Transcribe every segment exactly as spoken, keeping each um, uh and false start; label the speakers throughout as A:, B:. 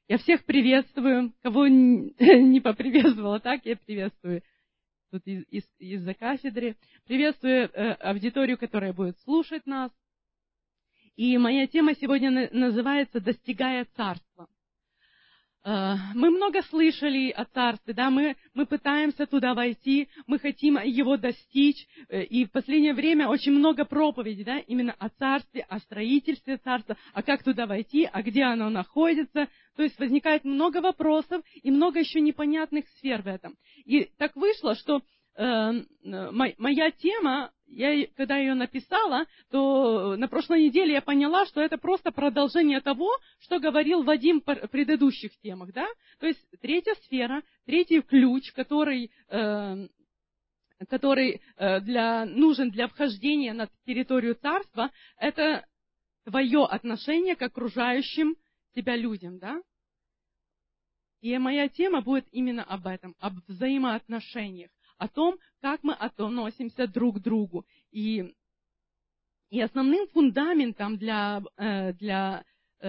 A: Я всех приветствую, кого не поприветствовала, так я приветствую тут из, из, из-за кафедры. Приветствую э, аудиторию, которая будет слушать нас. И моя тема сегодня на, называется «Достигая царства». Э, мы много слышали о царстве, да, мы, мы пытаемся туда войти, мы хотим его достичь. Э, и в последнее время очень много проповедей, да, именно о царстве, о строительстве царства, а как туда войти, а где оно находится. То есть возникает много вопросов и много еще непонятных сфер в этом. И так вышло, что э, моя тема, я, когда ее написала, то на прошлой неделе я поняла, что это просто продолжение того, что говорил Вадим в предыдущих темах. Да? То есть третья сфера, третий ключ, который, э, который э, для, нужен для вхождения на территорию царства, это твое отношение к окружающим тебя людям. Да? И моя тема будет именно об этом, об взаимоотношениях, о том, как мы относимся друг к другу. И, и основным фундаментом для, для,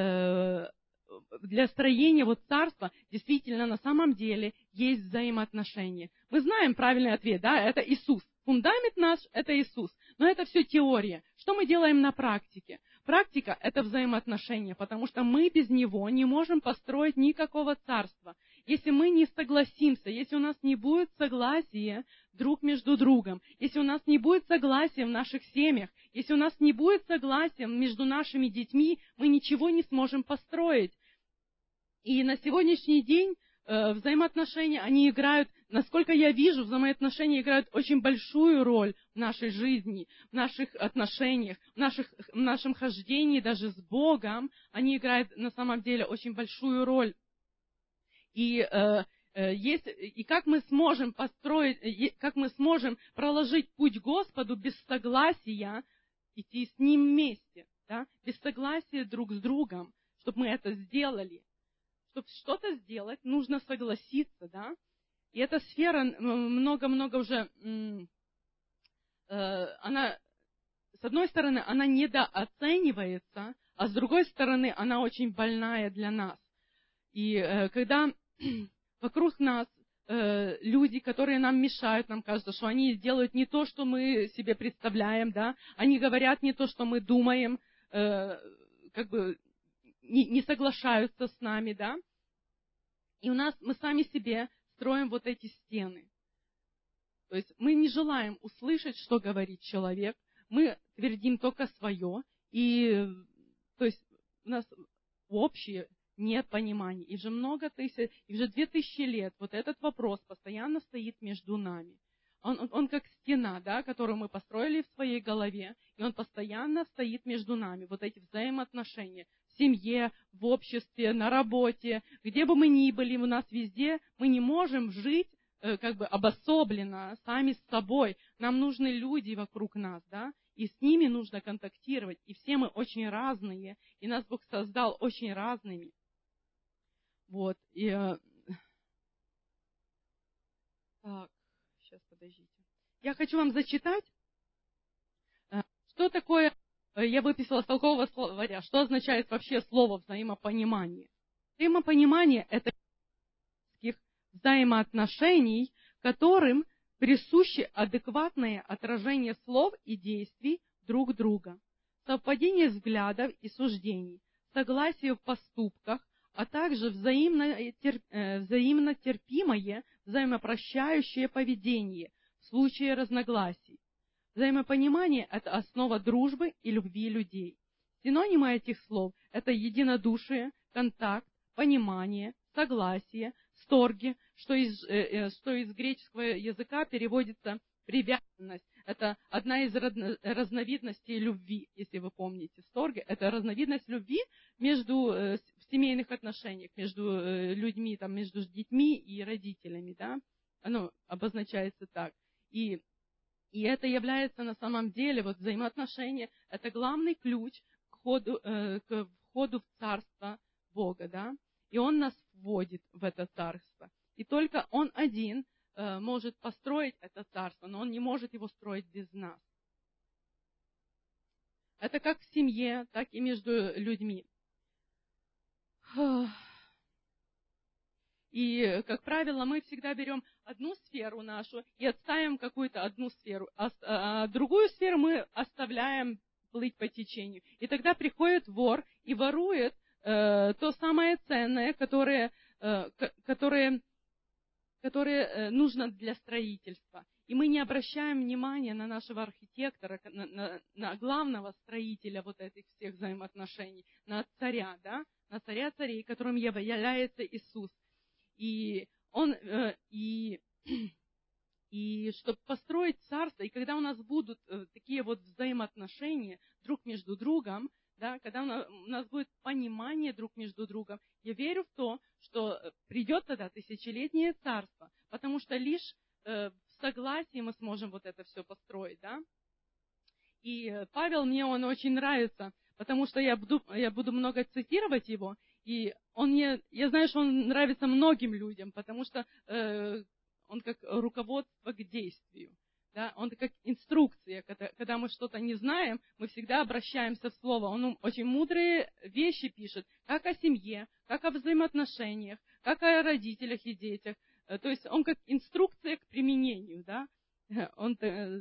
A: для строения вот царства действительно на самом деле есть взаимоотношения. Мы знаем правильный ответ, да, это Иисус. Фундамент наш – это Иисус. Но это все теория. Что мы делаем на практике? Практика – это взаимоотношения, потому что мы без него не можем построить никакого царства. Если мы не согласимся, если у нас не будет согласия друг между другом, если у нас не будет согласия в наших семьях, если у нас не будет согласия между нашими детьми, мы ничего не сможем построить. И на сегодняшний день э, взаимоотношения, они играют, насколько я вижу, взаимоотношения играют очень большую роль в нашей жизни, в наших отношениях, в, наших, в нашем хождении даже с Богом. Они играют на самом деле очень большую роль. И, э, э, есть, и как мы сможем построить, как мы сможем проложить путь Господу без согласия, идти с Ним вместе, да? Без согласия друг с другом, чтобы мы это сделали. Чтобы что-то сделать, нужно согласиться, да? И эта сфера много-много уже, э, она, с одной стороны, она недооценивается, а с другой стороны, она очень больная для нас. И э, когда вокруг нас э, люди, которые нам мешают, нам кажется, что они делают не то, что мы себе представляем, да? Они говорят не то, что мы думаем, э, как бы не, не соглашаются с нами, да? И у нас, мы сами себе строим вот эти стены. То есть мы не желаем услышать, что говорит человек, мы твердим только свое, и то есть у нас общее нет понимания. И уже много тысяч, и уже две тысячи лет вот этот вопрос постоянно стоит между нами. Он, он, он как стена, да, которую мы построили в своей голове, и он постоянно стоит между нами. Вот эти взаимоотношения в семье, в обществе, на работе, где бы мы ни были, у нас везде, мы не можем жить э, как бы обособленно, сами с собой. Нам нужны люди вокруг нас, да, и с ними нужно контактировать. И все мы очень разные, и нас Бог создал очень разными. Вот, и... Э, так. Сейчас, подождите. Я хочу вам зачитать, что такое, я выписала с толкового словаря, что означает вообще слово взаимопонимание. Взаимопонимание – это взаимоотношений, которым присуще адекватное отражение слов и действий друг друга, совпадение взглядов и суждений, согласие в поступках, а также взаимно, терп, взаимно терпимое, взаимопрощающее поведение в случае разногласий. Взаимопонимание – это основа дружбы и любви людей. Синонимы этих слов – это единодушие, контакт, понимание, согласие, сторги, что из, что из греческого языка переводится привязанность. Это одна из разновидностей любви, если вы помните. Сторги – это разновидность любви между, в семейных отношениях, между людьми, там, между детьми и родителями. Да? Оно обозначается так. И, и это является на самом деле, вот взаимоотношения, это главный ключ к входу, к входу в царство Бога. Да? И Он нас вводит в это царство. И только Он один э, может построить это царство, но Он не может его строить без нас. Это как в семье, так и между людьми. И, как правило, мы всегда берем одну сферу нашу и отставим какую-то одну сферу, а другую сферу мы оставляем плыть по течению. И тогда приходит вор и ворует э, то самое ценное, которое, э, которое, которое нужно для строительства. И мы не обращаем внимания на нашего архитектора, на, на, на главного строителя вот этих всех взаимоотношений, на царя, да, на царя царей, которым является Иисус. И он, э, и, и чтобы построить царство, и когда у нас будут э, такие вот взаимоотношения друг между другом, да, когда у нас, у нас будет понимание друг между другом, я верю в то, что придет тогда тысячелетнее царство, потому что лишь э, в согласии мы сможем вот это все построить, да. И Павел, мне он очень нравится, потому что я буду, я буду много цитировать его, и он мне, я знаю, что он нравится многим людям, потому что э, он как руководство к действию, да, он как инструкция, когда, когда мы что-то не знаем, мы всегда обращаемся в Слово. Он очень мудрые вещи пишет, как о семье, как о взаимоотношениях, как о родителях и детях. То есть он как инструкция к применению, да, он,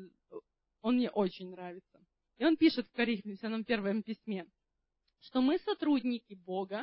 A: он мне очень нравится. И он пишет в Коринфянам первом письме, что мы сотрудники Бога,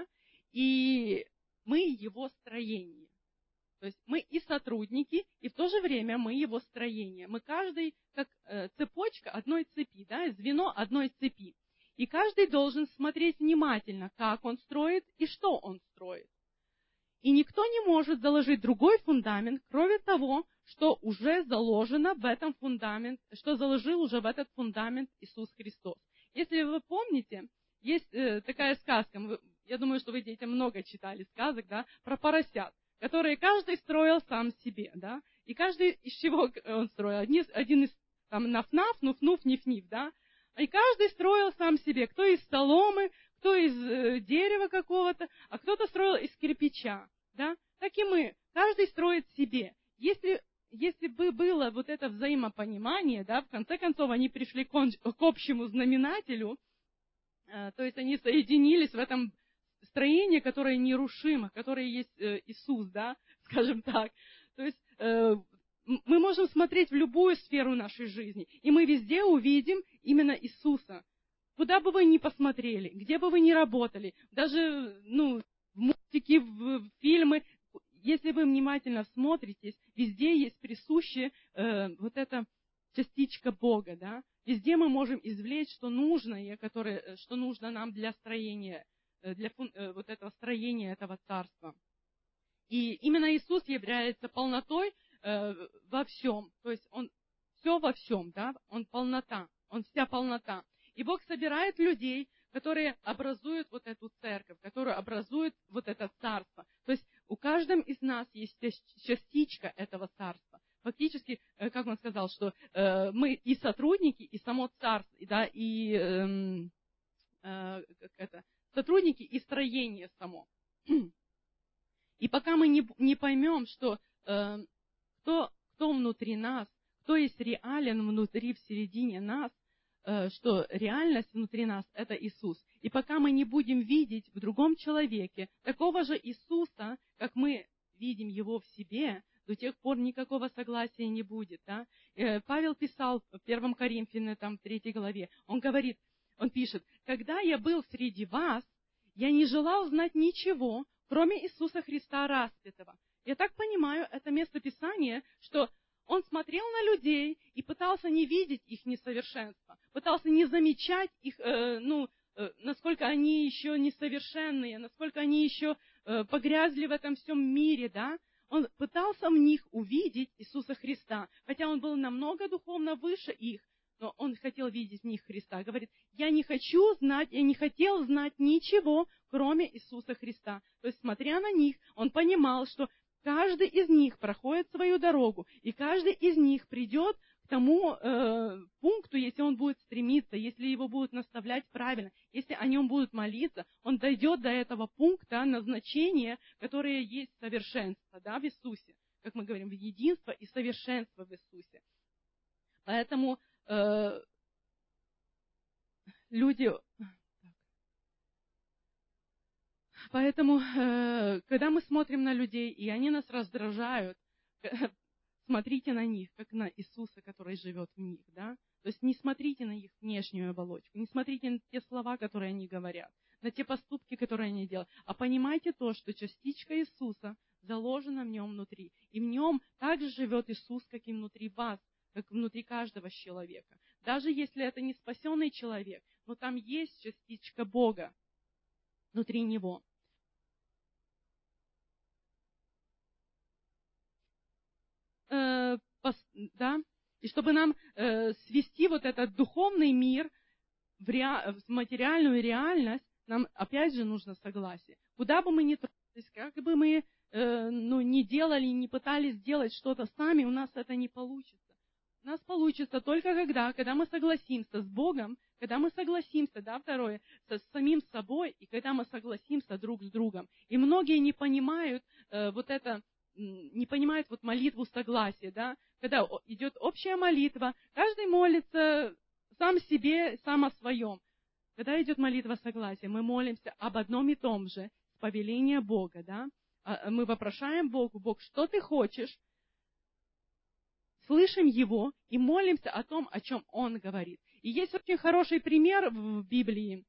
A: и мы Его строение. То есть мы и сотрудники, и в то же время мы Его строение. Мы каждый как э, цепочка одной цепи, да, звено одной цепи. И каждый должен смотреть внимательно, как он строит и что он строит. И никто не может заложить другой фундамент, кроме того, что уже заложено в этом фундамент, что заложил уже в этот фундамент Иисус Христос. Если вы помните, есть э, такая сказка, вы, я думаю, что вы, дети, много читали сказок, да, про поросят, которые каждый строил сам себе, да, и каждый из чего он строил, один, один из, там, наф-наф, нуф-нуф, ниф-ниф, да, и каждый строил сам себе, кто из соломы, кто из э, дерева какого-то, а кто-то строил из кирпича, да, так и мы, каждый строит себе. Если, если бы было вот это взаимопонимание, да, в конце концов они пришли к, он, к общему знаменателю, э, то есть они соединились в этом строение, которое нерушимо, которое есть э, Иисус, да, скажем так. То есть э, мы можем смотреть в любую сферу нашей жизни, и мы везде увидим именно Иисуса. Куда бы вы ни посмотрели, где бы вы ни работали, даже ну, в мультики, в, в фильмы, если вы внимательно всмотритесь, везде есть присущая э, вот эта частичка Бога, да. Везде мы можем извлечь, что нужно, которое, что нужно нам для строения для вот этого строения этого царства. И именно Иисус является полнотой э, во всем. То есть Он все во всем, да? Он полнота, Он вся полнота. И Бог собирает людей, которые образуют вот эту церковь, которые образуют вот это царство. То есть у каждого из нас есть частичка этого царства. Фактически, как он сказал, что э, мы и сотрудники, и само царство, да, и э, э, как это, сотрудники и строение само. И пока мы не, не поймем, что э, кто, кто внутри нас, кто есть реален внутри, в середине нас, э, что реальность внутри нас – это Иисус. И пока мы не будем видеть в другом человеке такого же Иисуса, как мы видим Его в себе, до тех пор никакого согласия не будет. Да? Э, Павел писал в первом Коринфянам, там, в третьей главе, он говорит, он пишет, «Когда я был среди вас, я не желал знать ничего, кроме Иисуса Христа распятого». Я так понимаю, это место Писания, что он смотрел на людей и пытался не видеть их несовершенства, пытался не замечать их, э, ну, э, насколько они еще несовершенные, насколько они еще э, погрязли в этом всем мире, да. Он пытался в них увидеть Иисуса Христа, хотя он был намного духовно выше их, но он хотел видеть в них Христа. Говорит, я не хочу знать, я не хотел знать ничего, кроме Иисуса Христа. То есть, смотря на них, он понимал, что каждый из них проходит свою дорогу, и каждый из них придет к тому э, пункту, если он будет стремиться, если его будут наставлять правильно, если о нем будут молиться, он дойдет до этого пункта назначения, которое есть совершенство, да, в Иисусе. Как мы говорим, в единство и совершенство в Иисусе. Поэтому э, люди... Поэтому, когда мы смотрим на людей, и они нас раздражают, смотрите на них, как на Иисуса, который живет в них, да? То есть не смотрите на их внешнюю оболочку, не смотрите на те слова, которые они говорят, на те поступки, которые они делают, а понимайте то, что частичка Иисуса заложена в нем внутри, и в нем также живет Иисус, как и внутри вас, как внутри каждого человека. Даже если это не спасенный человек, но там есть частичка Бога внутри него. Э, пос, да? И чтобы нам э, свести вот этот духовный мир в, ре, в материальную реальность, нам опять же нужно согласие. Куда бы мы ни тронулись, как бы мы э, ну, не делали, не пытались сделать что-то сами, у нас это не получится. У нас получится только когда, когда мы согласимся с Богом, когда мы согласимся, да, второе, со, с самим собой, и когда мы согласимся друг с другом. И многие не понимают э, вот это, не понимают вот молитву согласия, да, когда идет общая молитва, каждый молится сам себе, сам о своем. Когда идет молитва согласия, мы молимся об одном и том же, с повеления Бога, да, мы вопрошаем Богу: Бог, что ты хочешь? Слышим Его и молимся о том, о чем Он говорит. И есть очень хороший пример в Библии,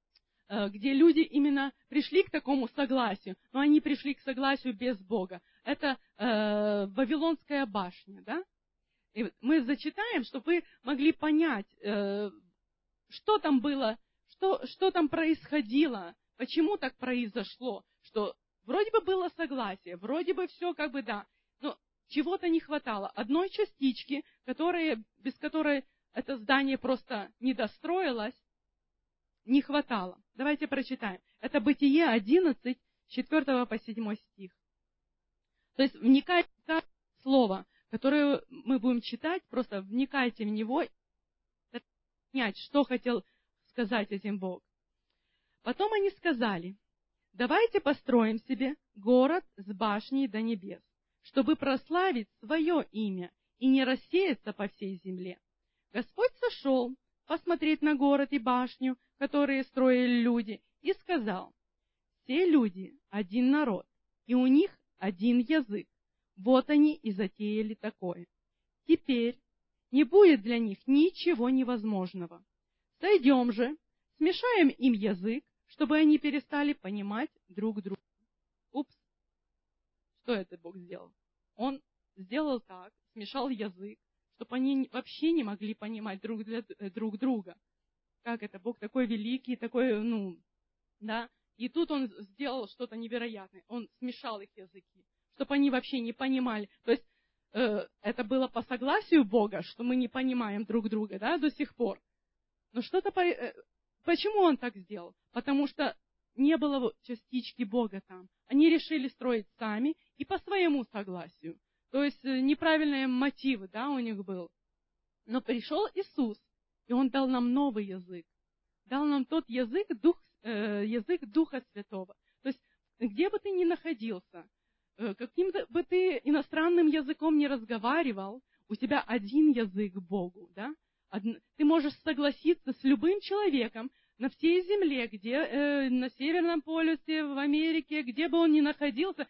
A: где люди именно пришли к такому согласию, но они пришли к согласию без Бога. Это э, Вавилонская башня, да? И мы зачитаем, чтобы вы могли понять, э, что там было, что, что там происходило, почему так произошло, что вроде бы было согласие, вроде бы все как бы да, но чего-то не хватало. Одной частички, которая, без которой это здание просто не достроилось, не хватало. Давайте прочитаем. Это Бытие одиннадцать, с четвёртого по седьмой стих. То есть вникайте в каждое слово, которое мы будем читать, просто вникайте в него, понять, что хотел сказать этим Бог. Потом они сказали: давайте построим себе город с башней до небес, чтобы прославить свое имя и не рассеяться по всей земле. Господь сошел посмотреть на город и башню, которые строили люди, и сказал: все люди один народ, и у них один язык. Вот они и затеяли такое. Теперь не будет для них ничего невозможного. Сойдем же, смешаем им язык, чтобы они перестали понимать друг друга. Упс. Что это Бог сделал? Он сделал так, смешал язык, чтобы они вообще не могли понимать друг, для, друг друга. Как это? Бог такой великий, такой, ну, да. И тут Он сделал что-то невероятное. Он смешал их языки, чтобы они вообще не понимали. То есть э, это было по согласию Бога, что мы не понимаем друг друга, да, до сих пор. Но что-то... По... Почему Он так сделал? Потому что не было частички Бога там. Они решили строить сами и по своему согласию. То есть неправильные мотивы, да, у них был. Но пришел Иисус, и Он дал нам новый язык. Дал нам тот язык, дух, э, язык Духа Святого. То есть где бы ты ни находился, э, каким бы ты иностранным языком ни разговаривал, у тебя один язык Богу, да? Ты можешь согласиться с любым человеком на всей земле, где, э, на Северном полюсе, в Америке, где бы он ни находился.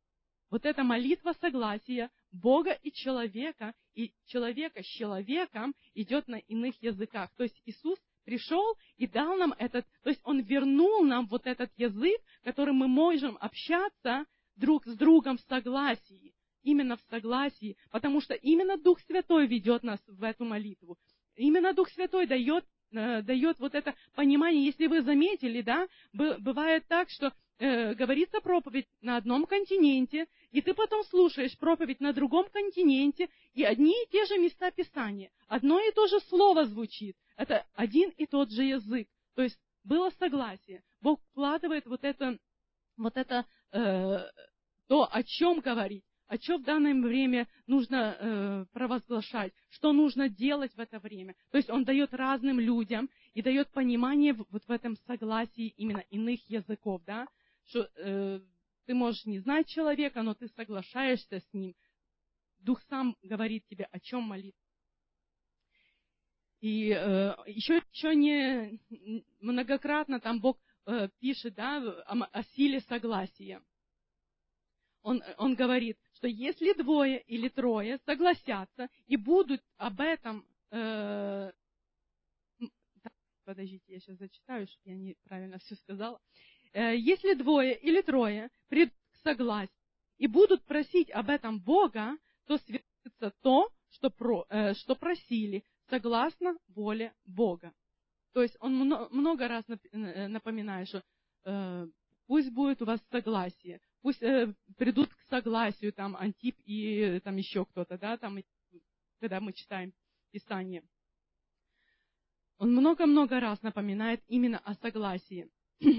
A: Вот эта молитва согласия Бога и человека, и человека с человеком идет на иных языках. То есть Иисус пришел и дал нам этот, то есть Он вернул нам вот этот язык, которым мы можем общаться друг с другом в согласии. Именно в согласии, потому что именно Дух Святой ведет нас в эту молитву. Именно Дух Святой дает, э, дает вот это понимание. Если вы заметили, да, бывает так, что э, говорится проповедь на одном континенте, и ты потом слушаешь проповедь на другом континенте, и одни и те же места Писания, одно и то же слово звучит. Это один и тот же язык. То есть было согласие. Бог вкладывает вот это, вот это э, то, о чем говорить. А что в данное время нужно э, провозглашать, что нужно делать в это время. То есть Он дает разным людям и дает понимание вот в этом согласии именно иных языков, да, что э, ты можешь не знать человека, но ты соглашаешься с ним. Дух сам говорит тебе, о чем молиться. И э, еще, еще не многократно там Бог э, пишет, да, о, о силе согласия. Он, он говорит, что если двое или трое согласятся и будут об этом... Э, так, подождите, я сейчас зачитаю, чтобы я неправильно все сказала. Э, если двое или трое придут к согласию и будут просить об этом Бога, то свершится то, что, про, э, что просили, согласно воле Бога. То есть он много раз напоминает, что э, пусть будет у вас согласие, пусть э, придут к согласию там Антип и там еще кто-то, да, там, когда мы читаем Писание. Он много-много раз напоминает именно о согласии.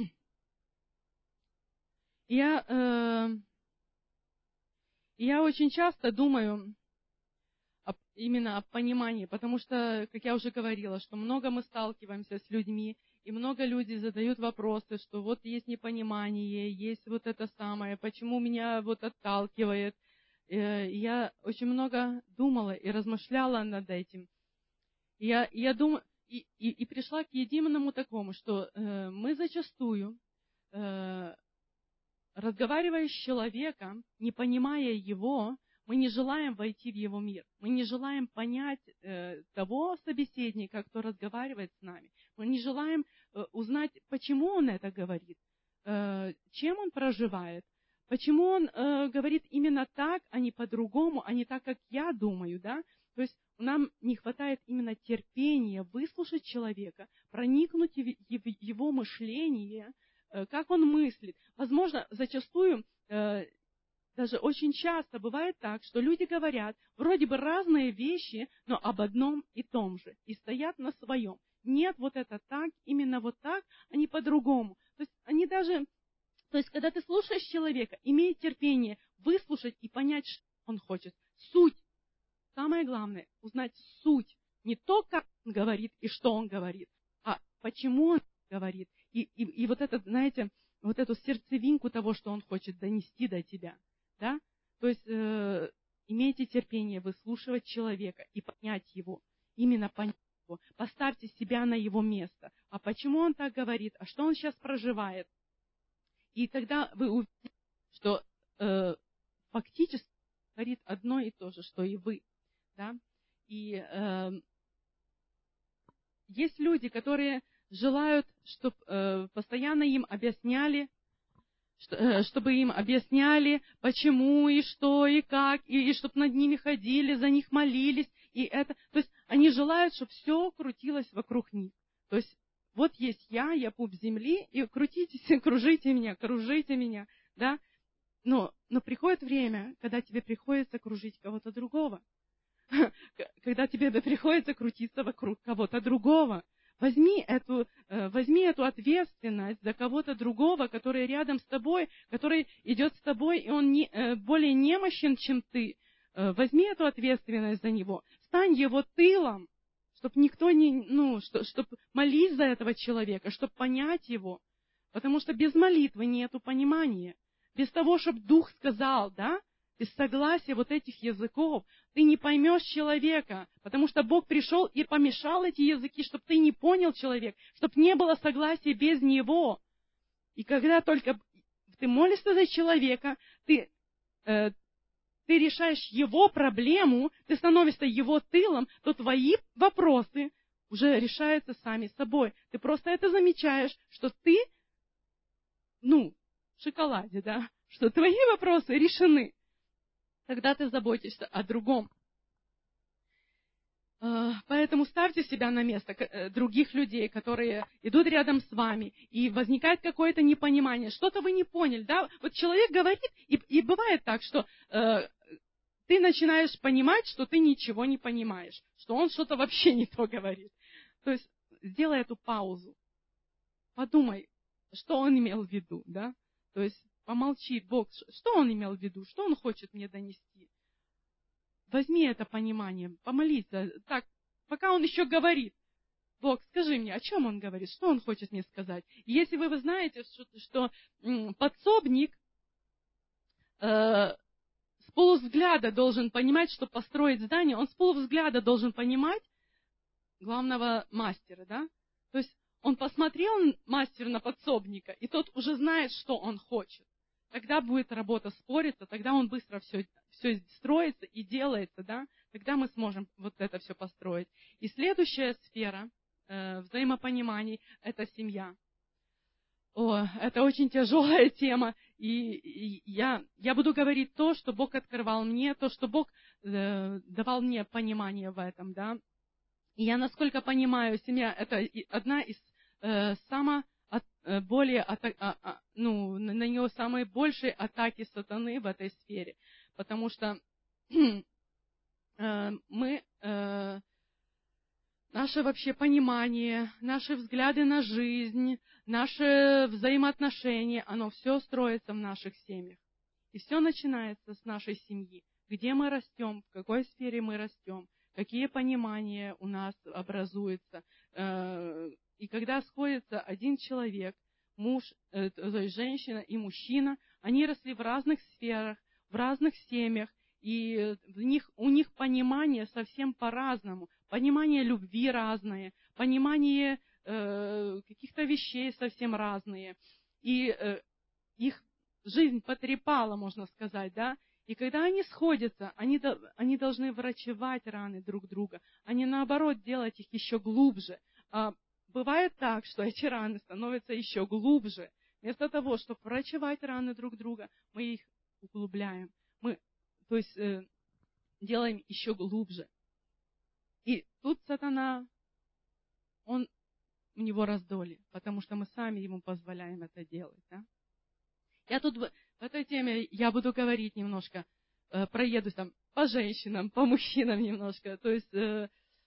A: Я, э, я очень часто думаю именно о понимании, потому что, как я уже говорила, что много мы сталкиваемся с людьми, и много людей задают вопросы, что вот есть непонимание, есть вот это самое, почему меня вот отталкивает. Я очень много думала и размышляла над этим. Я, я думаю, и, и, и пришла к единому такому, что э, мы зачастую, э, разговаривая с человеком, не понимая его, мы не желаем войти в его мир. Мы не желаем понять э, того собеседника, кто разговаривает с нами. Мы не желаем э, узнать, почему он это говорит, э, чем он проживает, почему он э, говорит именно так, а не по-другому, а не так, как я думаю, да? То есть нам не хватает именно терпения выслушать человека, проникнуть в его мышление, э, как он мыслит. Возможно, зачастую... Э, Даже очень часто бывает так, что люди говорят вроде бы разные вещи, но об одном и том же, и стоят на своем. Нет, вот это так, именно вот так, а не по-другому. То есть они даже, то есть когда ты слушаешь человека, имей терпение выслушать и понять, что он хочет. Суть. Самое главное, узнать суть. Не то, как он говорит и что он говорит, а почему он говорит. И, и, и вот это, знаете, вот эту сердцевинку того, что он хочет донести до тебя. Да? То есть э, имейте терпение выслушивать человека и понять его, именно понять его. Поставьте себя на его место. А почему он так говорит? А что он сейчас проживает? И тогда вы увидите, что э, фактически говорит одно и то же, что и вы. Да? И э, есть люди, которые желают, чтобы э, постоянно им объясняли, чтобы им объясняли, почему и что и как, и, и чтобы над ними ходили, за них молились. И это, то есть они желают, чтобы все крутилось вокруг них. То есть вот есть я, я пуп земли, и крутитесь, кружите меня, кружите меня. Да? Но, но приходит время, когда тебе приходится кружить кого-то другого. Когда тебе приходится крутиться вокруг кого-то другого. Возьми эту, возьми эту ответственность за кого-то другого, который рядом с тобой, который идет с тобой, и он не, более немощен, чем ты. Возьми эту ответственность за него. Стань его тылом, чтобы никто не, ну, чтобы молись за этого человека, чтобы понять его. Потому что без молитвы нету понимания. Без того, чтобы Дух сказал, да, без согласия вот этих языков, ты не поймешь человека, потому что Бог пришел и помешал эти языки, чтобы ты не понял человека, чтобы не было согласия без него. И когда только ты молишься за человека, ты, э, ты решаешь его проблему, ты становишься его тылом, то твои вопросы уже решаются сами собой. Ты просто это замечаешь, что ты, ну, в шоколаде, да, что твои вопросы решены. Когда ты заботишься о другом. Поэтому ставьте себя на место других людей, которые идут рядом с вами, и возникает какое-то непонимание. Что-то вы не поняли, да? Вот человек говорит, и, и бывает так, что э, ты начинаешь понимать, что ты ничего не понимаешь, что он что-то вообще не то говорит. То есть сделай эту паузу. Подумай, что он имел в виду, да? То есть помолчи, Бог, что он имел в виду, что он хочет мне донести. Возьми это понимание, помолись. Так, пока он еще говорит. Бог, скажи мне, о чем он говорит, что он хочет мне сказать. И если вы, вы знаете, что, что подсобник э, с полувзгляда должен понимать, что построить здание, он с полувзгляда должен понимать главного мастера, да? То есть он посмотрел, мастер, на подсобника, и тот уже знает, что он хочет. Тогда будет работа спориться, тогда он быстро все, все строится и делается, да? Тогда мы сможем вот это все построить. И следующая сфера э, взаимопониманий – это семья. О, это очень тяжелая тема, и, и я, я буду говорить то, что Бог открывал мне, то, что Бог э, давал мне понимание в этом, да. И я, насколько понимаю, семья – это одна из э, самых от, э, более, ата, а, а, ну, на, на нее самые большие атаки сатаны в этой сфере, потому что э, мы... Э, Наше вообще понимание, наши взгляды на жизнь, наши взаимоотношения, оно все строится в наших семьях. И все начинается с нашей семьи. Где мы растем, в какой сфере мы растем, какие понимания у нас образуются. И когда сходится один человек, муж, то есть женщина и мужчина, они росли в разных сферах, в разных семьях, и в них, у них понимание совсем по-разному. Понимание любви разное, понимание э, каких-то вещей совсем разные. И э, их жизнь потрепала, можно сказать, да. И когда они сходятся, они, они должны врачевать раны друг друга, а не наоборот делать их еще глубже. А бывает так, что эти раны становятся еще глубже. Вместо того, чтобы врачевать раны друг друга, мы их углубляем. Мы То есть э, делаем еще глубже. И тут сатана, он, у него раздолье, потому что мы сами ему позволяем это делать. Да? Я тут в, в этой теме, я буду говорить немножко, э, проедусь там по женщинам, по мужчинам немножко. То есть э,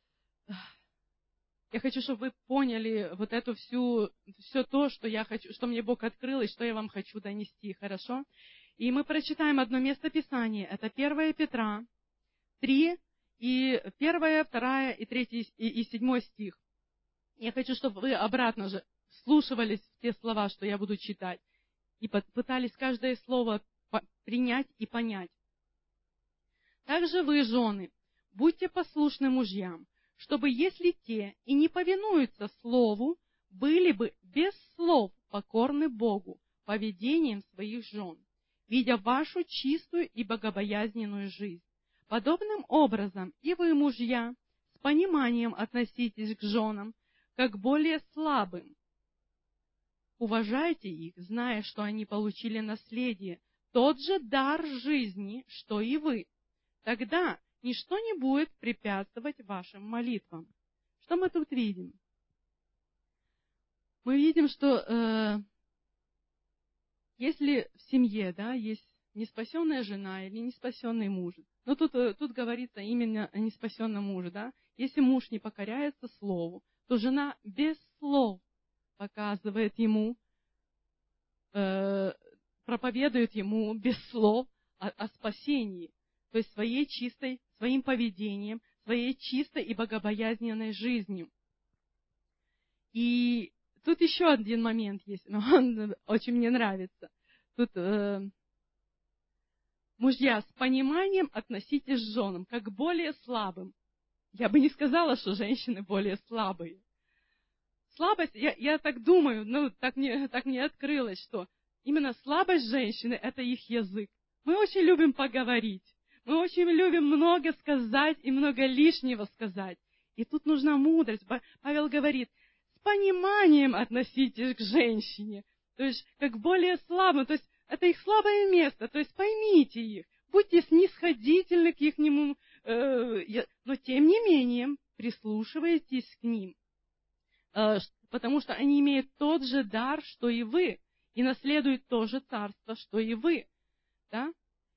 A: я хочу, чтобы вы поняли вот эту всю, все то, что я хочу, что мне Бог открыл и что я вам хочу донести, хорошо? И мы прочитаем одно место Писания. Это первое Петра три, и первое, второе, и третий, и, и седьмой стих. Я хочу, чтобы вы обратно же вслушивались в те слова, что я буду читать, и пытались каждое слово принять и понять. Также вы, жены, будьте послушны мужьям, чтобы, если те и не повинуются слову, были бы без слов покорны Богу поведением своих жен, видя вашу чистую и богобоязненную жизнь. Подобным образом и вы, мужья, с пониманием относитесь к женам, как к более слабым. Уважайте их, зная, что они получили наследие, тот же дар жизни, что и вы. Тогда ничто не будет препятствовать вашим молитвам. Что мы тут видим? Мы видим, что э, если в семье, да, есть неспасенная жена или неспасенный муж, но тут, тут говорится именно о неспасенном муже, да, если муж не покоряется слову, то жена без слов показывает ему, э, проповедует ему без слов о, о спасении, то есть своей чистой, своим поведением, своей чистой и богобоязненной жизнью. И тут еще один момент есть, но он очень мне нравится. Тут э, мужья, с пониманием относитесь к женам, как к более слабым. Я бы не сказала, что женщины более слабые. Слабость, я, я так думаю, ну, так мне, так мне открылось, что именно слабость женщины – это их язык. Мы очень любим поговорить. Мы очень любим много сказать и много лишнего сказать. И тут нужна мудрость. Павел говорит, с пониманием относитесь к женщине. То есть, как более слабым. То есть, это их слабое место. То есть, поймите их. Будьте снисходительны к их нему. Э, но, тем не менее, прислушивайтесь к ним. Э, потому что они имеют тот же дар, что и вы. И наследуют то же царство, что и вы. Да?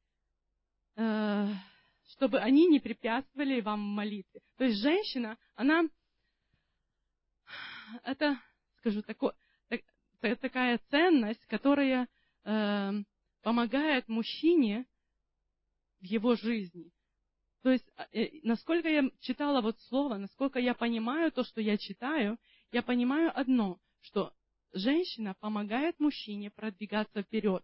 A: Чтобы они не препятствовали вам в молитве. То есть женщина, она, это, скажу, такой, так, такая ценность, которая э, помогает мужчине в его жизни. То есть, э, насколько я читала вот слово, насколько я понимаю то, что я читаю, я понимаю одно, что женщина помогает мужчине продвигаться вперед.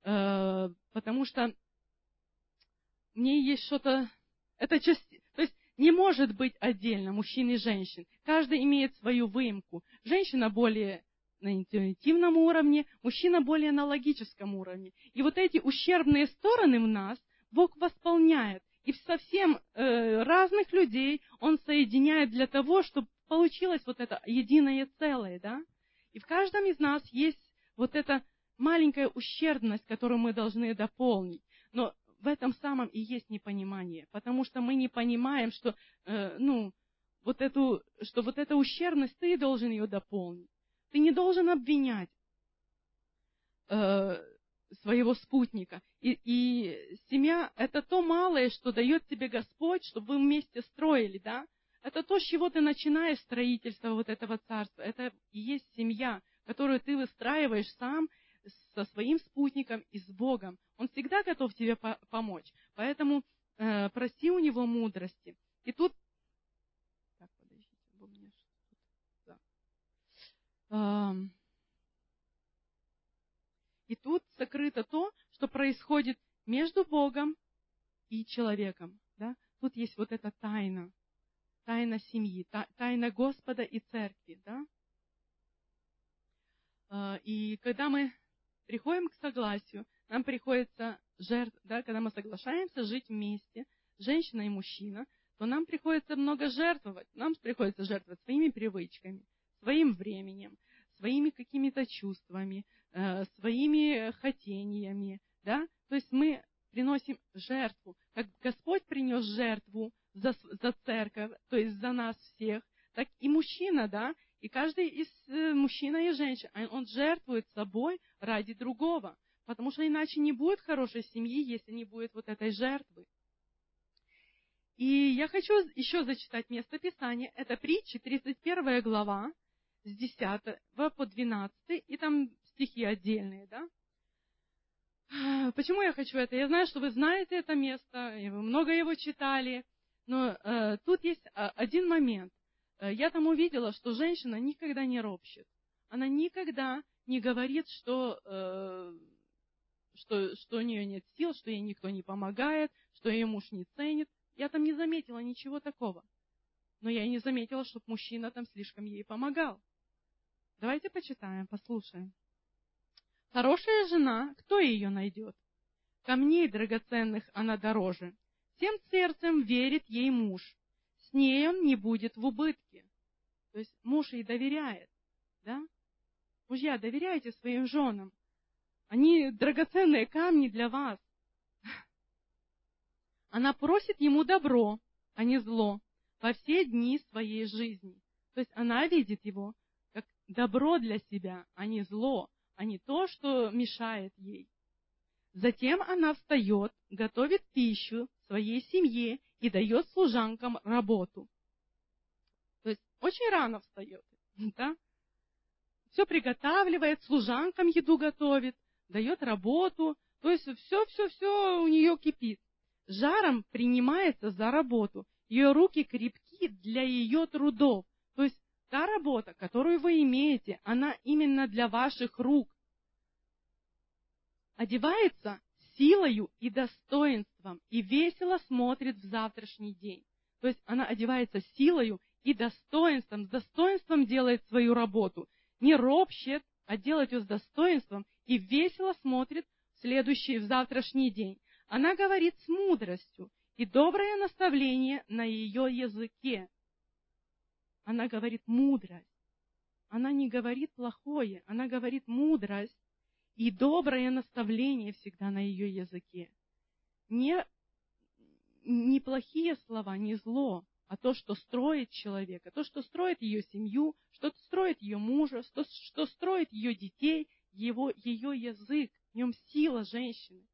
A: Э, потому что в ней есть что-то, это часть, то есть не может быть отдельно мужчин и женщин. Каждый имеет свою выемку. Женщина более на интуитивном уровне, мужчина более на логическом уровне. И вот эти ущербные стороны в нас Бог восполняет. И в совсем э, разных людей Он соединяет для того, чтобы получилось вот это единое целое, да? И в каждом из нас есть вот эта маленькая ущербность, которую мы должны дополнить. Но в этом самом и есть непонимание, потому что мы не понимаем, что, э, ну, вот эту, что вот эта ущербность, ты должен ее дополнить. Ты не должен обвинять э, своего спутника. И, и семья – это то малое, что дает тебе Господь, чтобы вы вместе строили, да? Это то, с чего ты начинаешь строительство вот этого царства. Это и есть семья, которую ты выстраиваешь сам со своим спутником и с Богом. Он всегда готов тебе по- помочь. Поэтому э, проси у него мудрости. И тут... Так, подождите, у меня что-то... Да. И тут сокрыто то, что происходит между Богом и человеком. Да? Тут есть вот эта тайна. Тайна семьи, тайна Господа и церкви. Да? И когда мы приходим к согласию, нам приходится жертв, да, когда мы соглашаемся жить вместе, женщина и мужчина, то нам приходится много жертвовать. Нам приходится жертвовать своими привычками, своим временем, своими какими-то чувствами, э, своими хотениями. Да? То есть мы приносим жертву. Как Господь принес жертву за, за церковь, то есть за нас всех, так и мужчина, да, и каждый из э, мужчина и женщина, он жертвует собой ради другого. Потому что иначе не будет хорошей семьи, если не будет вот этой жертвы. И я хочу еще зачитать место Писания. Это Притчи, тридцать первая глава, с десятого по двенадцатый, и там стихи отдельные, да? Почему я хочу это? Я знаю, что вы знаете это место, и вы много его читали, но э, тут есть один момент. Я там увидела, что женщина никогда не ропщет. Она никогда не говорит, что, э, что, что у нее нет сил, что ей никто не помогает, что ее муж не ценит. Я там не заметила ничего такого. Но я и не заметила, чтобы мужчина там слишком ей помогал. Давайте почитаем, послушаем. Хорошая жена, кто ее найдет? Камней драгоценных она дороже. Всем сердцем верит ей муж. С ней он не будет в убытке. То есть муж ей доверяет. Да? Мужья, доверяйте своим женам. Они драгоценные камни для вас. Она просит ему добро, а не зло, во все дни своей жизни. То есть она видит его как добро для себя, а не зло, а не то, что мешает ей. Затем она встает, готовит пищу своей семье и дает служанкам работу. То есть очень рано встает, да? Все приготавливает, служанкам еду готовит, дает работу. То есть все-все-все у нее кипит. Жаром принимается за работу. Ее руки крепки для ее трудов. То есть та работа, которую вы имеете, она именно для ваших рук. Одевается силою и достоинством и весело смотрит в завтрашний день. То есть она одевается силою и достоинством, с достоинством делает свою работу. Не ропщет, а делает ее с достоинством и весело смотрит в следующий, в завтрашний день. Она говорит с мудростью, и доброе наставление на ее языке. Она говорит мудрость. Она не говорит плохое, она говорит мудрость. И доброе наставление всегда на ее языке. Не, не плохие слова, не зло, а то, что строит человека, то, что строит ее семью, что строит ее мужа, что, что строит ее детей, его, ее язык, в нем сила женщины.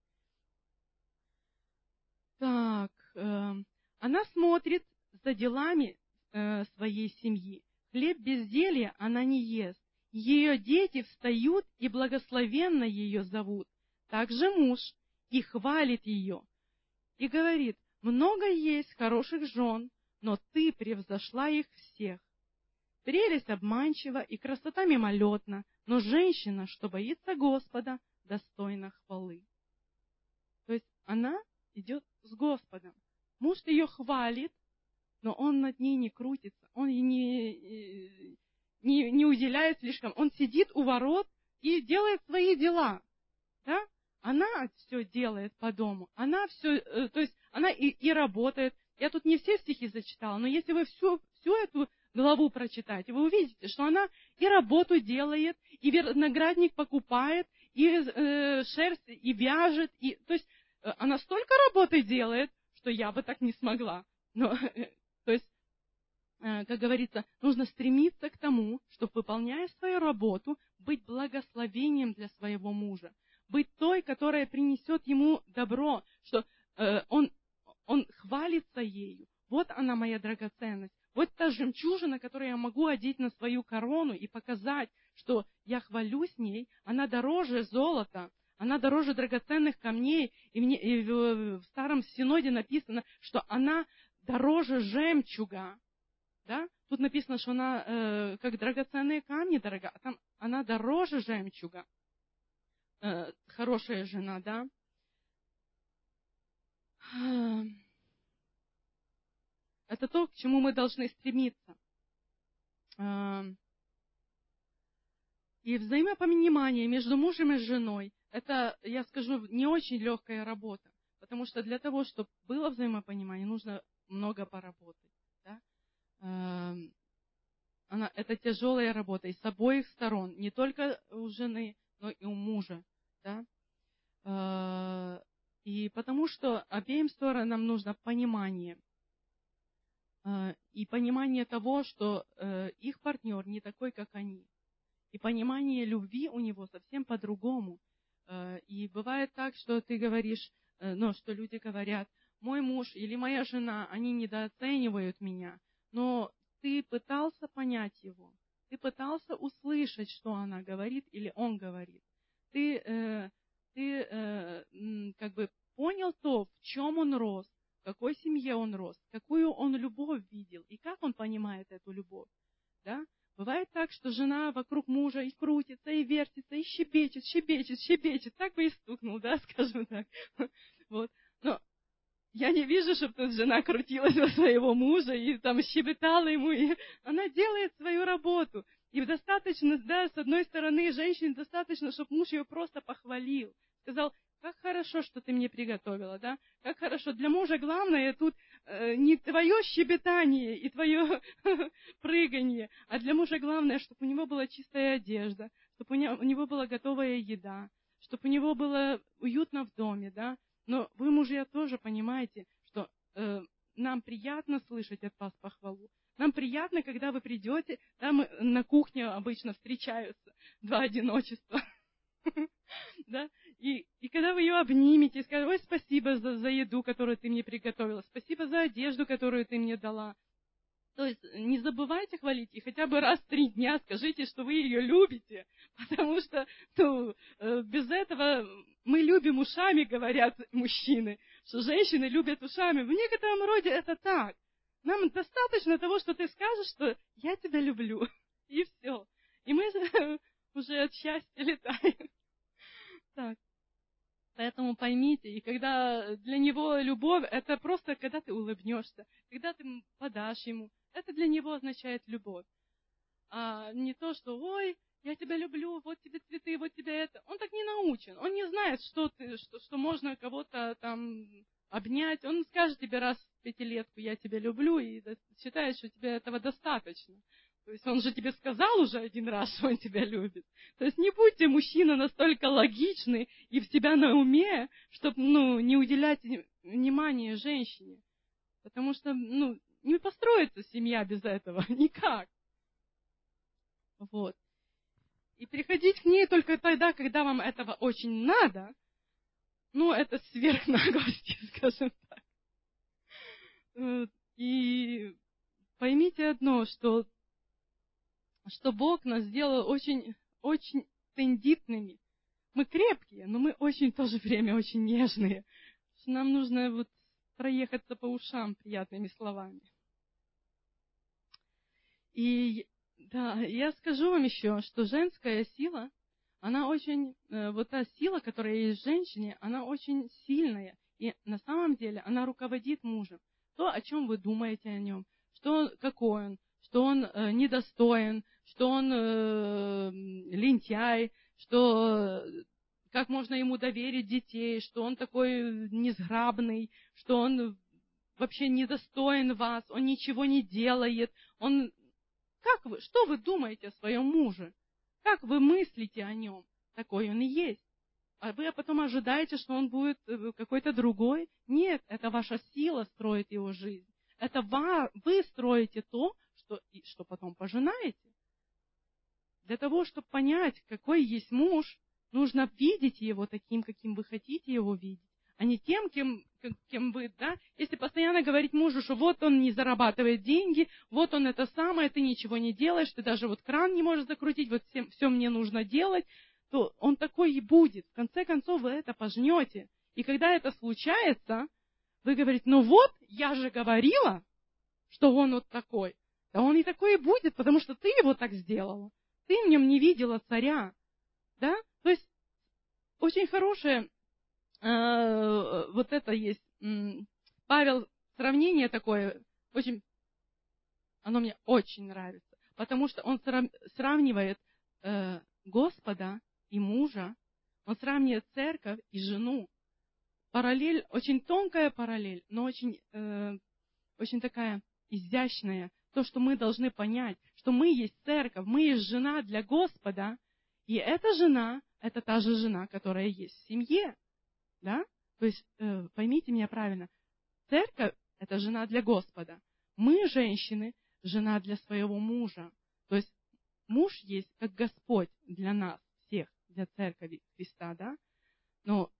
A: Так, э, она смотрит за делами э, своей семьи. Хлеб без зелья она не ест. Ее дети встают и благословенно ее зовут. Также муж и хвалит ее. И говорит, много есть хороших жен, но ты превзошла их всех. Прелесть обманчива и красота мимолетна, но женщина, что боится Господа, достойна хвалы. То есть она идет с Господом. Муж ее хвалит, но он над ней не крутится, он ей не, не, не уделяет слишком. Он сидит у ворот и делает свои дела. Да? Она все делает по дому. Она все, то есть она и, и работает. Я тут не все стихи зачитала, но если вы всю, всю эту главу прочитаете, вы увидите, что она и работу делает, и виноградник покупает, и э, шерсть, и вяжет. И, то есть она столько работы делает, что я бы так не смогла. Но, то есть, э, как говорится, нужно стремиться к тому, чтобы, выполняя свою работу, быть благословением для своего мужа. Быть той, которая принесет ему добро, что э, он, он хвалится ею. Вот она моя драгоценность. Вот та жемчужина, которую я могу одеть на свою корону и показать, что я хвалюсь ней, она дороже золота, она дороже драгоценных камней. И, мне, и в, в Старом Синоде написано, что она дороже жемчуга. Да? Тут написано, что она э, как драгоценные камни дорога, а там она дороже жемчуга. Э, хорошая жена, да? Это то, к чему мы должны стремиться. И взаимопонимание между мужем и женой, это, я скажу, не очень легкая работа. Потому что для того, чтобы было взаимопонимание, нужно много поработать. Да? Она, это тяжелая работа и с обоих сторон. Не только у жены, но и у мужа. Да? И потому что обеим сторонам нужно понимание. И понимание того, что их партнер не такой, как они. И понимание любви у него совсем по-другому. И бывает так, что ты говоришь, ну, что люди говорят, мой муж или моя жена, они недооценивают меня. Но ты пытался понять его. Ты пытался услышать, что она говорит или он говорит. Ты, ты как бы понял то, в чем он рос. В какой семье он рос, какую он любовь видел, и как он понимает эту любовь. Да? Бывает так, что жена вокруг мужа и крутится, и вертится, и щебечет, щебечет, щебечет, так бы и стукнул, да, скажем так. Вот. Но я не вижу, чтобы тут жена крутилась во своего мужа и там щебетала ему, и она делает свою работу. И достаточно, да, с одной стороны, женщине достаточно, чтобы муж ее просто похвалил, сказал, как хорошо, что ты мне приготовила, да? Как хорошо. Для мужа главное тут э, не твое щебетание и твое прыганье, а для мужа главное, чтобы у него была чистая одежда, чтобы у него, у него была готовая еда, чтобы у него было уютно в доме, да? Но вы, мужья, тоже понимаете, что э, нам приятно слышать от вас похвалу. Нам приятно, когда вы придете, да, мы на кухне обычно встречаются два одиночества. Да? И, и когда вы ее обнимете, скажете, ой, спасибо за, за еду, которую ты мне приготовила, спасибо за одежду, которую ты мне дала. То есть не забывайте хвалить, и хотя бы раз в три дня скажите, что вы ее любите, потому что ну, без этого мы любим ушами, говорят мужчины, что женщины любят ушами. В некотором роде это так. Нам достаточно того, что ты скажешь, что я тебя люблю, и все. И мы уже от счастья летаем. Так. Поэтому поймите, и когда для него любовь, это просто когда ты улыбнешься, когда ты подашь ему, это для него означает любовь. А не то, что, ой, я тебя люблю, вот тебе цветы, вот тебе это. Он так не научен, он не знает, что, ты, что, что можно кого-то там обнять. Он скажет тебе раз в пятилетку, я тебя люблю, и считает, что тебе этого достаточно. То есть он же тебе сказал уже один раз, что он тебя любит. То есть не будьте, мужчина, настолько логичны и в себя на уме, чтобы ну, не уделять внимания женщине. Потому что ну, не построится семья без этого. Никак. Вот. И приходить к ней только тогда, когда вам этого очень надо, ну, это сверхнаглости, скажем так. И поймите одно, что что Бог нас сделал очень, очень тендитными. Мы крепкие, но мы очень в то же время очень нежные. Нам нужно вот проехаться по ушам приятными словами. И да, я скажу вам еще, что женская сила, она очень, вот та сила, которая есть в женщине, она очень сильная. И на самом деле она руководит мужем. что, о чем вы думаете о нем, что он, какой он, что он э, недостоин, что он э, лентяй, что э, как можно ему доверить детей, что он такой несграбный, что он вообще недостоин вас, он ничего не делает, он... Как вы, что вы думаете о своем муже? Как вы мыслите о нем? Такой он и есть. А вы потом ожидаете, что он будет какой-то другой? Нет, это ваша сила строит его жизнь. Это вы строите то, что, что потом пожинаете. Для того, чтобы понять, какой есть муж, нужно видеть его таким, каким вы хотите его видеть, а не тем, кем, кем вы, да? Если постоянно говорить мужу, что вот он не зарабатывает деньги, вот он это самое, ты ничего не делаешь, ты даже вот кран не можешь закрутить, вот все, все мне нужно делать, то он такой и будет. В конце концов, вы это пожнете. И когда это случается, вы говорите, ну вот, я же говорила, что он вот такой. Да он и такой и будет, потому что ты его так сделала. Ты в нем не видела царя. Да? То есть, очень хорошее, э, вот это есть, э, Павел, сравнение такое, очень, оно мне очень нравится, потому что он сравнивает э, Господа и мужа, он сравнивает церковь и жену. Параллель, очень тонкая параллель, но очень, э, очень такая изящная. То, что мы должны понять, что мы есть церковь, мы есть жена для Господа, и эта жена, это та же жена, которая есть в семье. Да? То есть, э, поймите меня правильно, церковь – это жена для Господа. Мы, женщины, жена для своего мужа. То есть, муж есть как Господь для нас всех, для церкви Христа, да? Но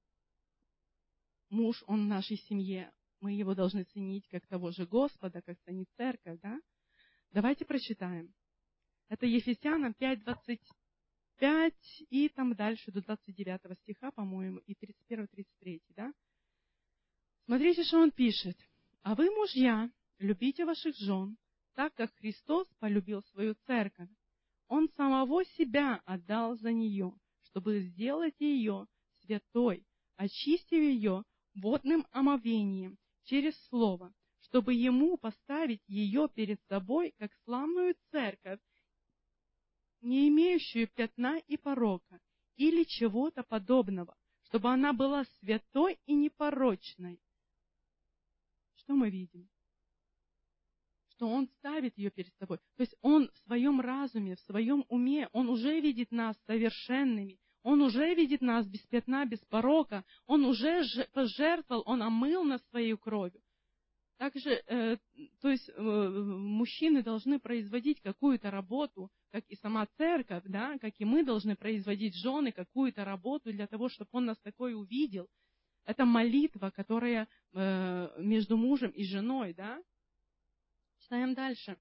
A: муж, он в нашей семье, мы его должны ценить как того же Господа, как ценит церковь, да? Давайте прочитаем. Это Ефесянам пять, двадцать пять и там дальше до двадцать девятого стиха, по-моему, и тридцать первый, тридцать третий, да? Смотрите, что он пишет. «А вы, мужья, любите ваших жен, так как Христос полюбил свою церковь. Он самого себя отдал за нее, чтобы сделать ее святой, очистив ее водным омовением через слово, чтобы ему поставить ее перед собой, как славную церковь, не имеющую пятна и порока, или чего-то подобного, чтобы она была святой и непорочной». Что мы видим? Что Он ставит ее перед собой. То есть Он в своем разуме, в своем уме, Он уже видит нас совершенными, Он уже видит нас без пятна, без порока, Он уже пожертвовал, Он омыл нас своей кровью. Также, э, то есть, э, мужчины должны производить какую-то работу, как и сама церковь, да, как и мы должны производить, жены, какую-то работу для того, чтобы Он нас такой увидел. Это молитва, которая э, между мужем и женой, да. Читаем дальше.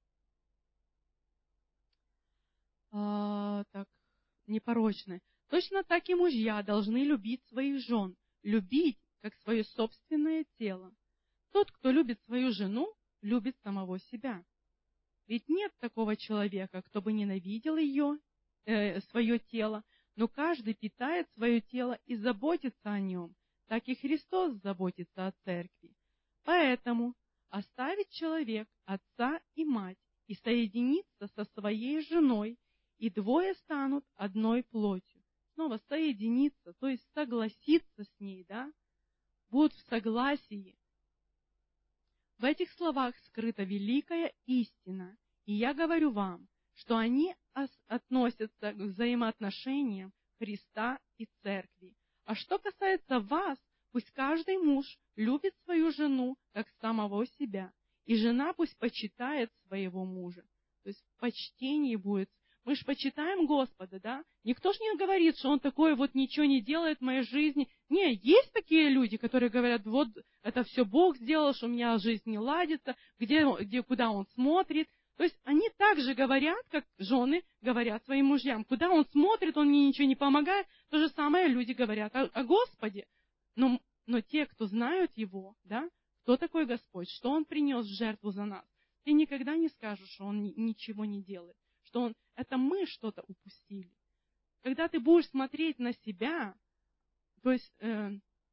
A: А, так, непорочны. Точно так и мужья должны любить своих жен, любить, как свое собственное тело. Тот, кто любит свою жену, любит самого себя. Ведь нет такого человека, кто бы ненавидел ее, э, свое тело, но каждый питает свое тело и заботится о нем, так и Христос заботится о церкви. Поэтому оставит человек отца и мать и соединится со своей женой, и двое станут одной плотью. Снова соединиться, то есть согласиться с ней, да? Будут в согласии. В этих словах скрыта великая истина, и я говорю вам, что они относятся к взаимоотношениям Христа и Церкви. А что касается вас, пусть каждый муж любит свою жену, как самого себя, и жена пусть почитает своего мужа. То есть в почтении будет. Мы же почитаем Господа, да? Никто же не говорит, что Он такой вот ничего не делает в моей жизни. Не, есть такие люди, которые говорят, вот это все Бог сделал, что у меня жизнь не ладится, где, где, куда Он смотрит. То есть они так же говорят, как жены говорят своим мужьям. Куда Он смотрит, Он мне ничего не помогает. То же самое люди говорят о, о Господе. Но, но те, кто знают Его, да, кто такой Господь, что Он принес в жертву за нас, ты никогда не скажешь, что Он ничего не делает. Что он, это мы что-то упустили. Когда ты будешь смотреть на себя, то есть, э,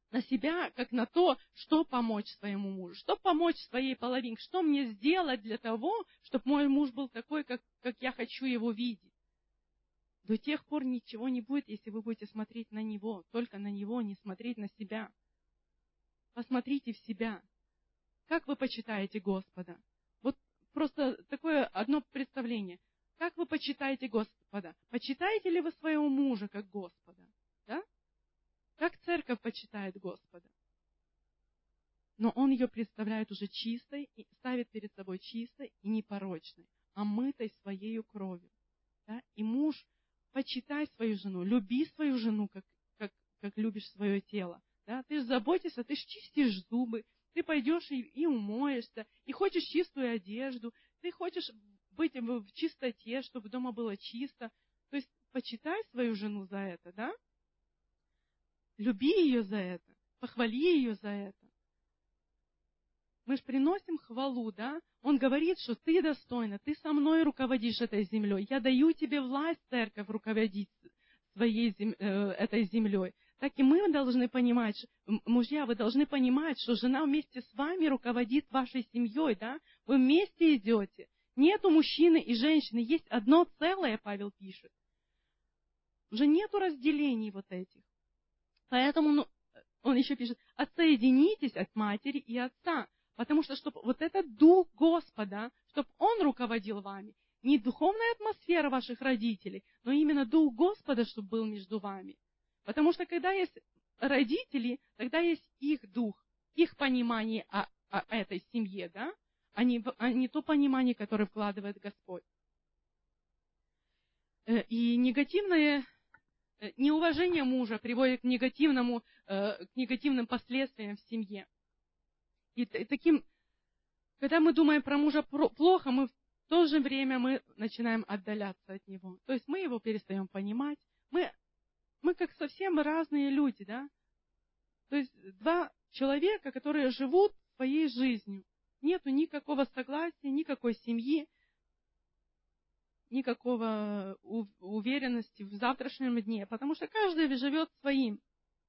A: на себя, как на то, что помочь своему мужу, что помочь своей половинке, что мне сделать для того, чтобы мой муж был такой, как, как я хочу его видеть. До тех пор ничего не будет, если вы будете смотреть на него, только на него, не смотреть на себя. Посмотрите в себя. Как вы почитаете Господа? Вот просто такое одно представление. Как вы почитаете Господа? Почитаете ли вы своего мужа как Господа? Да? Как церковь почитает Господа? Но Он ее представляет уже чистой, и ставит перед собой чистой и непорочной, омытой своею кровью. Да? И муж, почитай свою жену, люби свою жену, как, как, как любишь свое тело. Да? Ты же заботишься, ты же чистишь зубы, ты пойдешь и, и умоешься, и хочешь чистую одежду, ты хочешь быть в чистоте, чтобы дома было чисто. То есть почитай свою жену за это, да? Люби ее за это, похвали ее за это. Мы же приносим хвалу, да? Он говорит, что ты достойна, ты со мной руководишь этой землей. Я даю тебе власть, церковь, руководить своей зем... этой землей. Так и мы должны понимать, мужья, вы должны понимать, что жена вместе с вами руководит вашей семьей, да? Вы вместе идете. Нету мужчины и женщины, есть одно целое, Павел пишет. Уже нету разделений вот этих. Поэтому ну, он еще пишет, отсоединитесь от матери и отца, потому что, чтобы вот этот дух Господа, чтобы он руководил вами, не духовная атмосфера ваших родителей, но именно дух Господа, чтобы был между вами. Потому что когда есть родители, тогда есть их дух, их понимание о, о этой семье, да, а не, а не то понимание, которое вкладывает Господь. И негативное... Неуважение мужа приводит к негативному, к негативным последствиям в семье. И таким, когда мы думаем про мужа плохо, мы в то же время мы начинаем отдаляться от него. То есть мы его перестаем понимать. Мы, мы как совсем разные люди, да? То есть два человека, которые живут своей жизнью. Нету никакого согласия, никакой семьи, никакого уверенности в завтрашнем дне, потому что каждый живет своим.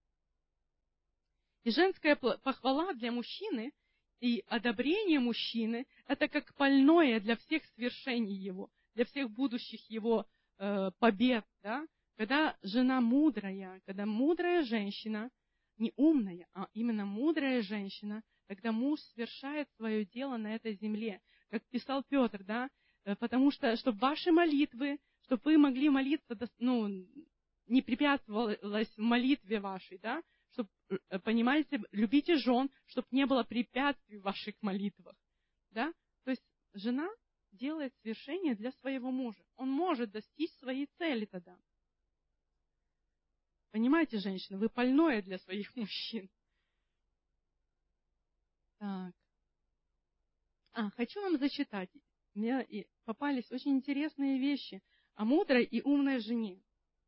A: И женская похвала для мужчины и одобрение мужчины – это как пальное для всех свершений его, для всех будущих его э, побед. Да? Когда жена мудрая, когда мудрая женщина, не умная, а именно мудрая женщина, тогда муж совершает свое дело на этой земле. Как писал Петр, да? Потому что, чтобы ваши молитвы, чтобы вы могли молиться, ну, не препятствовалось в молитве вашей, да, чтобы, понимаете, любите жен, чтобы не было препятствий в ваших молитвах, да. То есть жена делает свершение для своего мужа. Он может достичь своей цели тогда. Понимаете, женщины, вы пальное для своих мужчин. Так. А, хочу вам зачитать. Мне попались очень интересные вещи о мудрой и умной жене.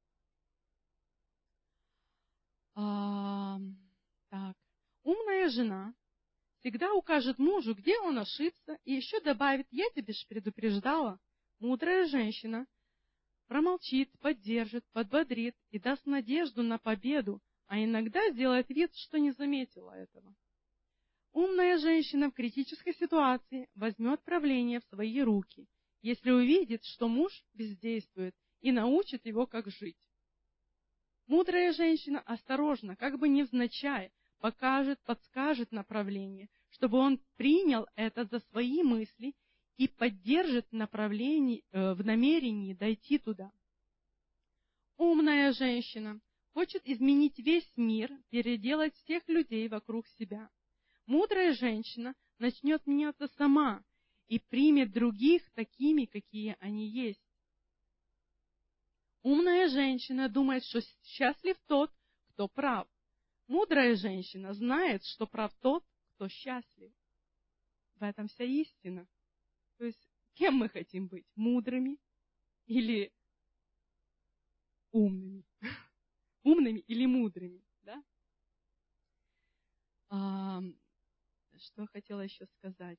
A: А, так. Умная жена всегда укажет мужу, где он ошибся, и еще добавит: «Я тебя же предупреждала». Мудрая женщина промолчит, поддержит, подбодрит и даст надежду на победу, а иногда сделает вид, что не заметила этого. Умная женщина в критической ситуации возьмет правление в свои руки, если увидит, что муж бездействует, и научит его, как жить. Мудрая женщина осторожно, как бы невзначай, покажет, подскажет направление, чтобы он принял это за свои мысли и поддержит направление, э, в намерении дойти туда. Умная женщина хочет изменить весь мир, переделать всех людей вокруг себя. Мудрая женщина начнет меняться сама и примет других такими, какие они есть. Умная женщина думает, что счастлив тот, кто прав. Мудрая женщина знает, что прав тот, кто счастлив. В этом вся истина. То есть, кем мы хотим быть? Мудрыми или умными? Умными или мудрыми? Да? А, что хотела еще сказать?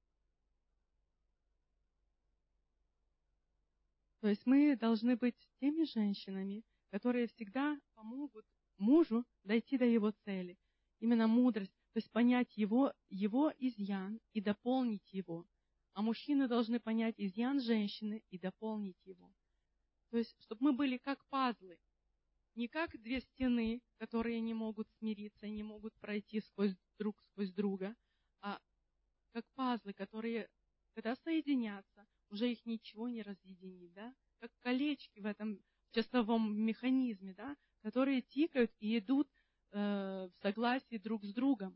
A: То есть мы должны быть теми женщинами, которые всегда помогут мужу дойти до его цели. Именно мудрость, то есть понять его, его изъян и дополнить его. А мужчины должны понять изъян женщины и дополнить его. То есть, чтобы мы были как пазлы, не как две стены, которые не могут смириться и не могут пройти сквозь друг сквозь друга, а как пазлы, которые, когда соединятся, уже их ничего не разъединит, да? Как колечки в этом часовом механизме, да? Которые тикают и идут э, в согласии друг с другом.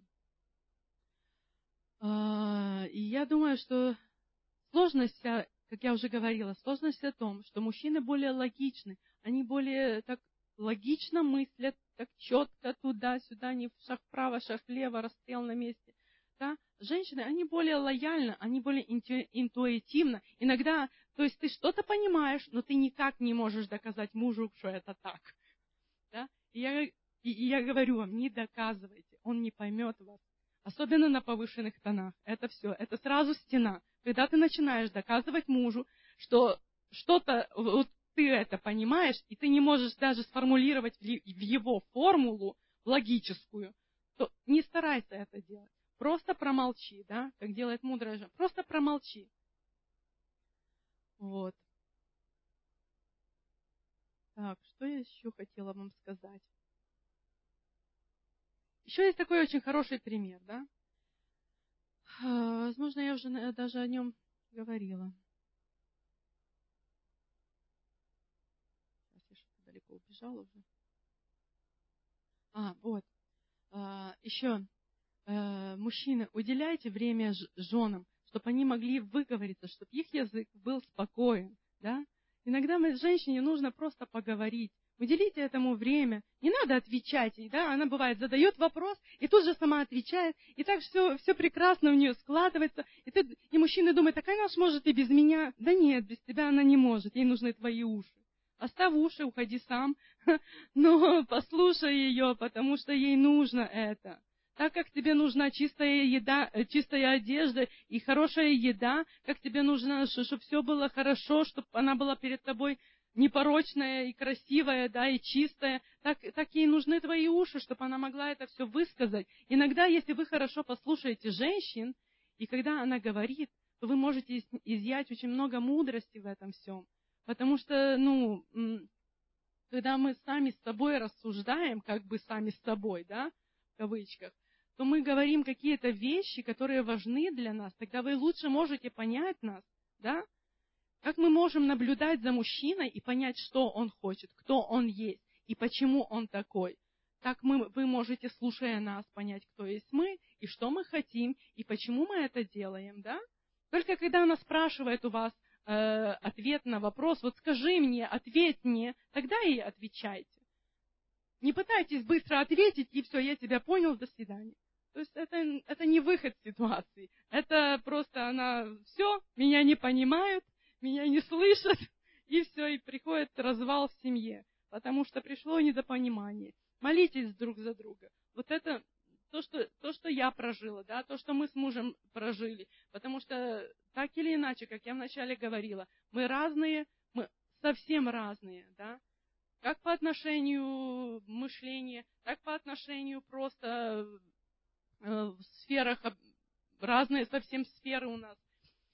A: Э, и я думаю, что сложность, как я уже говорила, сложность в том, что мужчины более логичны, они более так логично мыслят, так четко туда-сюда, не шаг вправо, шаг влево, расстрел на месте. Да? Женщины, они более лояльны, они более интуитивны. Иногда, то есть ты что-то понимаешь, но ты никак не можешь доказать мужу, что это так. Да? И, я, и, и я говорю вам, не доказывайте, он не поймет вас. Особенно на повышенных тонах. Это все, это сразу стена. Когда ты начинаешь доказывать мужу, что что-то, вот ты это понимаешь, и ты не можешь даже сформулировать в его формулу логическую, то не старайся это делать. Просто промолчи, да, как делает мудрая жена. Просто промолчи. Вот. Так, что я еще хотела вам сказать? Еще есть такой очень хороший пример, да? Возможно, я уже даже о нем говорила. Сейчас я что-то далеко убежала уже. А, вот. А, еще. А, мужчины, уделяйте время женам, чтобы они могли выговориться, чтобы их язык был спокоен, да? Иногда женщине нужно просто поговорить. Уделите этому время. Не надо отвечать. Да? Она, бывает, задает вопрос, и тут же сама отвечает. И так все, все прекрасно у нее складывается. И, ты, и мужчина думает, так она ж может и без меня. Да нет, без тебя она не может. Ей нужны твои уши. Оставь уши, уходи сам. Но послушай ее, потому что ей нужно это. Так как тебе нужна чистая еда, чистая одежда и хорошая еда, как тебе нужно, чтобы все было хорошо, чтобы она была перед тобой непорочная и красивая, да, и чистая, так, так ей нужны твои уши, чтобы она могла это все высказать. Иногда, если вы хорошо послушаете женщин, и когда она говорит, то вы можете изъять очень много мудрости в этом всем. Потому что, ну, когда мы сами с собой рассуждаем, как бы сами с собой, да, в кавычках, то мы говорим какие-то вещи, которые важны для нас. Тогда вы лучше можете понять нас, да? Как мы можем наблюдать за мужчиной и понять, что он хочет, кто он есть и почему он такой. Так мы, вы можете, слушая нас, понять, кто есть мы и что мы хотим и почему мы это делаем, да? Только когда она спрашивает у вас э, ответ на вопрос, вот скажи мне, ответь мне, тогда и отвечайте. Не пытайтесь быстро ответить, и все, я тебя понял, до свидания. То есть это, это не выход из ситуации. Это просто она, все, меня не понимают, меня не слышат, и все, и приходит развал в семье, потому что пришло недопонимание. Молитесь друг за друга. Вот это то, что, то, что я прожила, да, то, что мы с мужем прожили. Потому что так или иначе, как я вначале говорила, мы разные, мы совсем разные, да. Как по отношению мышления, так по отношению просто э, в сферах, разные совсем сферы у нас.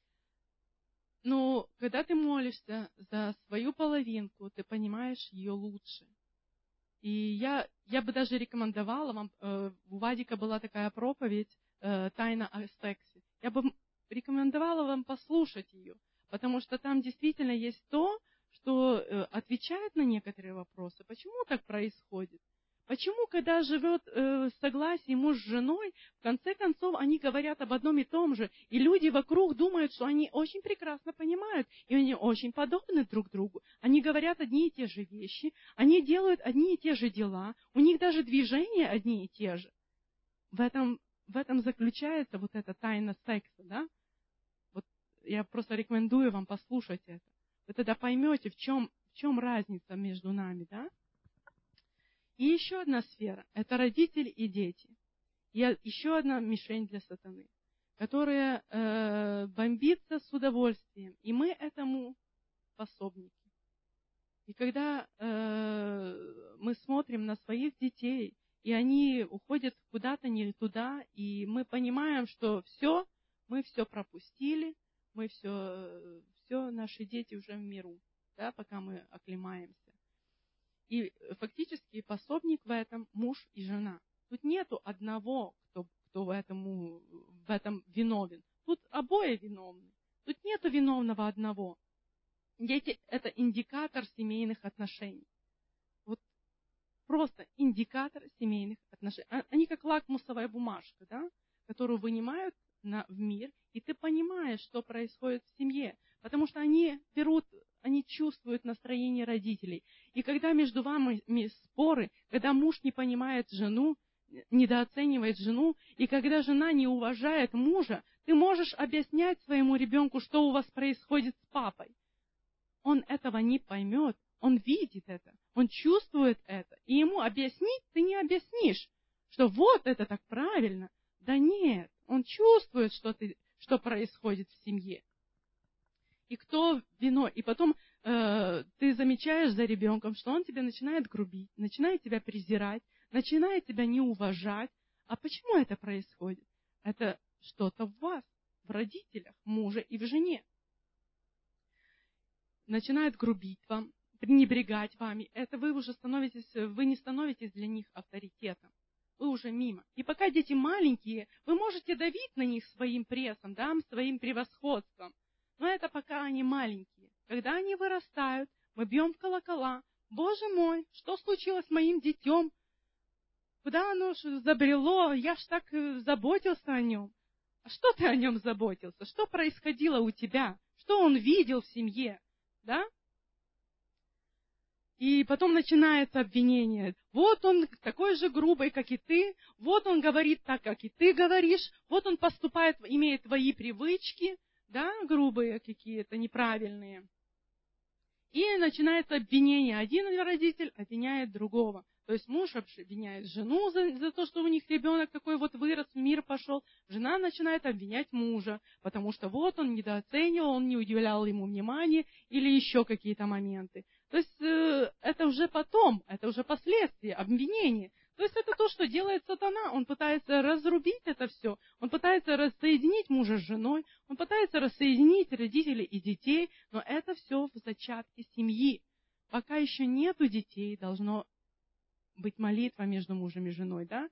A: Но когда ты молишься за свою половинку, ты понимаешь ее лучше. И я, я бы даже рекомендовала вам, э, у Вадика была такая проповедь э, «Тайна о сексе». Я бы рекомендовала вам послушать ее, потому что там действительно есть то, что э, отвечает на некоторые вопросы. Почему так происходит? Почему, когда живет э, в согласии муж с женой, в конце концов они говорят об одном и том же, и люди вокруг думают, что они очень прекрасно понимают, и они очень подобны друг другу. Они говорят одни и те же вещи, они делают одни и те же дела, у них даже движения одни и те же. В этом, в этом заключается вот эта тайна секса, да? Вот я просто рекомендую вам послушать это. Вы тогда поймете, в чем, в чем разница между нами, да? И еще одна сфера – это родители и дети. И еще одна мишень для сатаны, которая э, бомбится с удовольствием. И мы этому пособники. И когда э, мы смотрим на своих детей и они уходят куда-то не туда, и мы понимаем, что все, мы все пропустили, мы все, все, наши дети уже в миру, да, пока мы оклемаемся. И фактически пособник в этом муж и жена. Тут нету одного, кто, кто в, этом, в этом виновен. Тут обои виновны. Тут нету виновного одного. Дети – это индикатор семейных отношений. Вот просто индикатор семейных отношений. Они как лакмусовая бумажка, да, которую вынимают на, в мир, и ты понимаешь, что происходит в семье. Потому что они берут, они чувствуют настроение родителей. И когда между вами споры, когда муж не понимает жену, недооценивает жену, и когда жена не уважает мужа, ты можешь объяснять своему ребенку, что у вас происходит с папой. Он этого не поймет, он видит это, он чувствует это. И ему объяснить ты не объяснишь, что вот это так правильно. Да нет, он чувствует, что, ты, что происходит в семье. И кто виной. И потом э, ты замечаешь за ребенком, что он тебе начинает грубить, начинает тебя презирать, начинает тебя не уважать. А почему это происходит? Это что-то в вас, в родителях, мужа и в жене. Начинает грубить вам, пренебрегать вами. Это вы уже становитесь, вы не становитесь для них авторитетом. Вы уже мимо. И пока дети маленькие, вы можете давить на них своим прессом, да, своим превосходством. Но это пока они маленькие. Когда они вырастают, мы бьем в колокола. Боже мой, что случилось с моим детем? Куда оно забрело? Я ж так заботился о нем. А что ты о нем заботился? Что происходило у тебя? Что он видел в семье? Да? И потом начинается обвинение. Вот он такой же грубый, как и ты. Вот он говорит так, как и ты говоришь. Вот он поступает, имеет твои привычки, да, грубые какие-то, неправильные. И начинается обвинение. Один родитель обвиняет другого. То есть муж обвиняет жену за, за то, что у них ребенок такой вот вырос, в мир пошел. Жена начинает обвинять мужа, потому что вот он недооценивал, он не уделял ему внимания или еще какие-то моменты. То есть э, это уже потом, это уже последствия, обвинения. То есть это то, что делает сатана. Он пытается разрубить это все. Он пытается рассоединить мужа с женой. Он пытается рассоединить родителей и детей. Но это все в зачатке семьи. Пока еще нету детей, должно быть молитва между мужем и женой, да?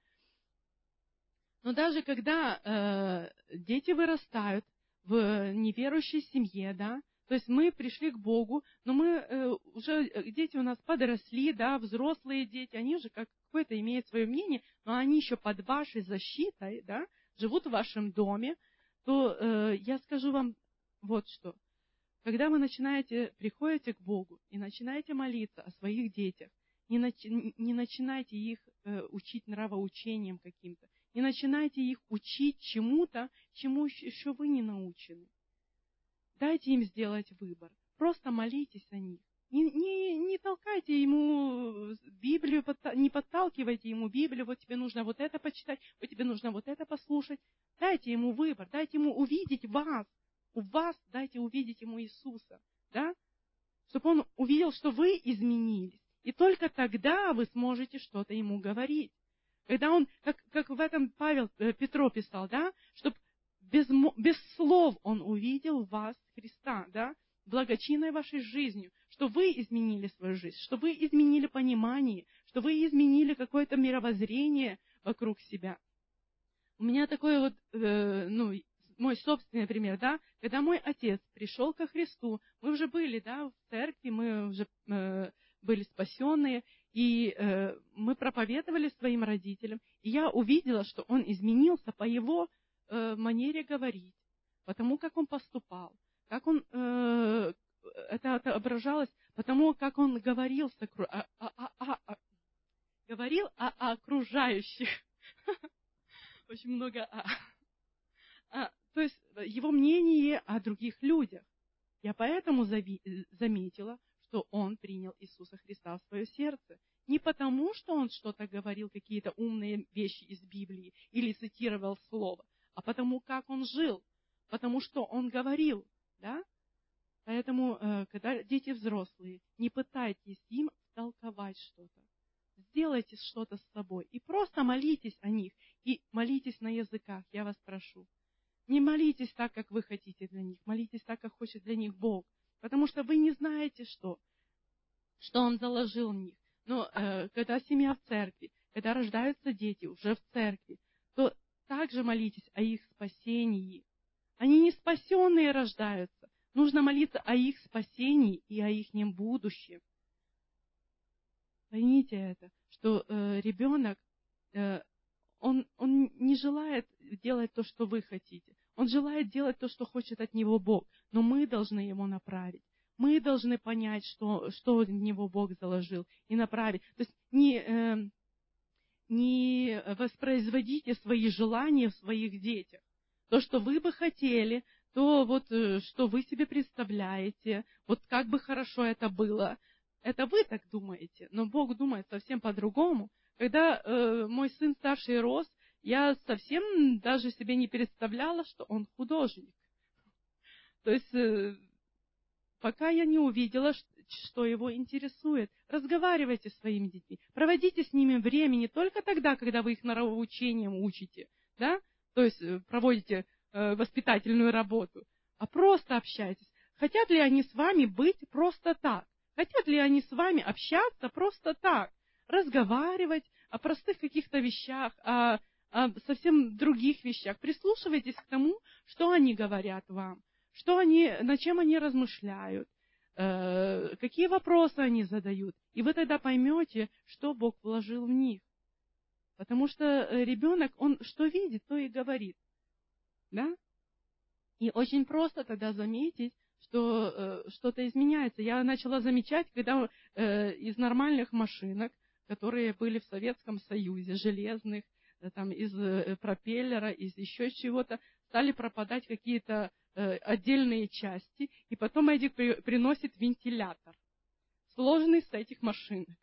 A: Но даже когда э, дети вырастают в неверующей семье, да, то есть мы пришли к Богу, но мы э, уже, дети у нас подросли, да, взрослые дети, они уже как, какое-то имеют свое мнение, но они еще под вашей защитой, да, живут в вашем доме, то э, я скажу вам вот что. Когда вы начинаете, приходите к Богу и начинаете молиться о своих детях, не, начи, не начинайте их э, учить нравоучением каким-то, не начинайте их учить чему-то, чему еще вы не научены. Дайте им сделать выбор. Просто молитесь о них. Не, не, не толкайте ему Библию, не подталкивайте ему Библию, вот тебе нужно вот это почитать, вот тебе нужно вот это послушать. Дайте ему выбор, дайте ему увидеть вас. У вас дайте увидеть ему Иисуса, да? Чтобы он увидел, что вы изменились. И только тогда вы сможете что-то ему говорить. Когда он, как, как в этом Павел, Петро писал, да, чтобы без, без слов он увидел в вас Христа, да, благочинной вашей жизнью, что вы изменили свою жизнь, что вы изменили понимание, что вы изменили какое-то мировоззрение вокруг себя. У меня такой вот, э, ну, мой собственный пример, да, когда мой отец пришел ко Христу, мы уже были, да, в церкви, мы уже э, были спасенные, и э, мы проповедовали своим родителям, и я увидела, что он изменился по его э, манере говорить, по тому, как он поступал, как он, э, это отображалось, потому как он говорил, с окру... а, а, а, а, а, говорил о, о окружающих. Очень много «а». А, то есть его мнение о других людях. Я поэтому зави- заметила, что он принял Иисуса Христа в свое сердце. Не потому, что он что-то говорил, какие-то умные вещи из Библии или цитировал слово, а потому, как он жил, потому что он говорил. Да? Поэтому, когда дети взрослые, не пытайтесь им втолковать что-то. сделайте что-то с собой. И просто молитесь о них. И молитесь на языках, я вас прошу. Не молитесь так, как вы хотите для них. Молитесь так, как хочет для них Бог. Потому что вы не знаете, что, что Он заложил в них. Но э, когда семья в церкви, когда рождаются дети уже в церкви, то также молитесь о их спасении. Они не спасенные рождаются. Нужно молиться о их спасении и о их будущем. Поймите это, что э, ребенок, э, он, он не желает делать то, что вы хотите. Он желает делать то, что хочет от него Бог. Но мы должны его направить. Мы должны понять, что, что в него Бог заложил, и направить. То есть не, э, не воспроизводите свои желания в своих детях. То, что вы бы хотели, то вот, что вы себе представляете, вот как бы хорошо это было. Это вы так думаете, но Бог думает совсем по-другому. Когда э, мой сын старший рос, я совсем даже себе не представляла, что он художник. То есть, э, пока я не увидела, что его интересует, разговаривайте с своими детьми, проводите с ними время не только тогда, когда вы их нравоучением учите, да, то есть проводите э, воспитательную работу, а просто общайтесь. Хотят ли они с вами быть просто так? Хотят ли они с вами общаться просто так? Разговаривать о простых каких-то вещах, о, о совсем других вещах. Прислушивайтесь к тому, что они говорят вам, что они, над чем они размышляют, э, какие вопросы они задают. И вы тогда поймете, что Бог вложил в них. Потому что ребенок, он что видит, то и говорит. Да? И очень просто тогда заметить, что э, что-то изменяется. Я начала замечать, когда э, из нормальных машинок, которые были в Советском Союзе, железных, э, там, из э, пропеллера, из еще чего-то, стали пропадать какие-то э, отдельные части, и потом Эдик при, приносит вентилятор, сложенный с этих машинок.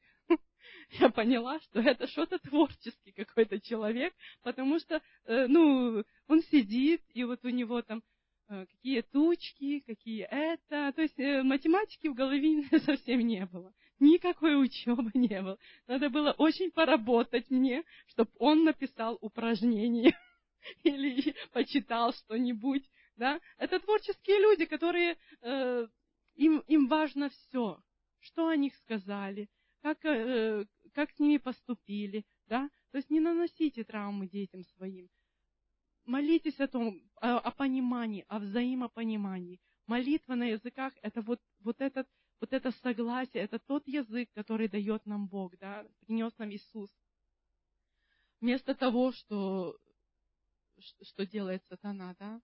A: Я поняла, что это что-то творческий какой-то человек, потому что, э, ну, он сидит, и вот у него там какие тучки, какие это. То есть э, математики в голове совсем не было. Никакой учебы не было. Надо было очень поработать мне, чтобы он написал упражнение или почитал что-нибудь. Да? Это творческие люди, которые э, им, им важно все. Что о них сказали, как, э, как с ними поступили. Да? То есть не наносите травмы детям своим. Молитесь о том, о, о понимании, о взаимопонимании. Молитва на языках – это вот, вот, этот, вот это согласие, это тот язык, который дает нам Бог, да, принес нам Иисус. Вместо того, что, что делает сатана, да.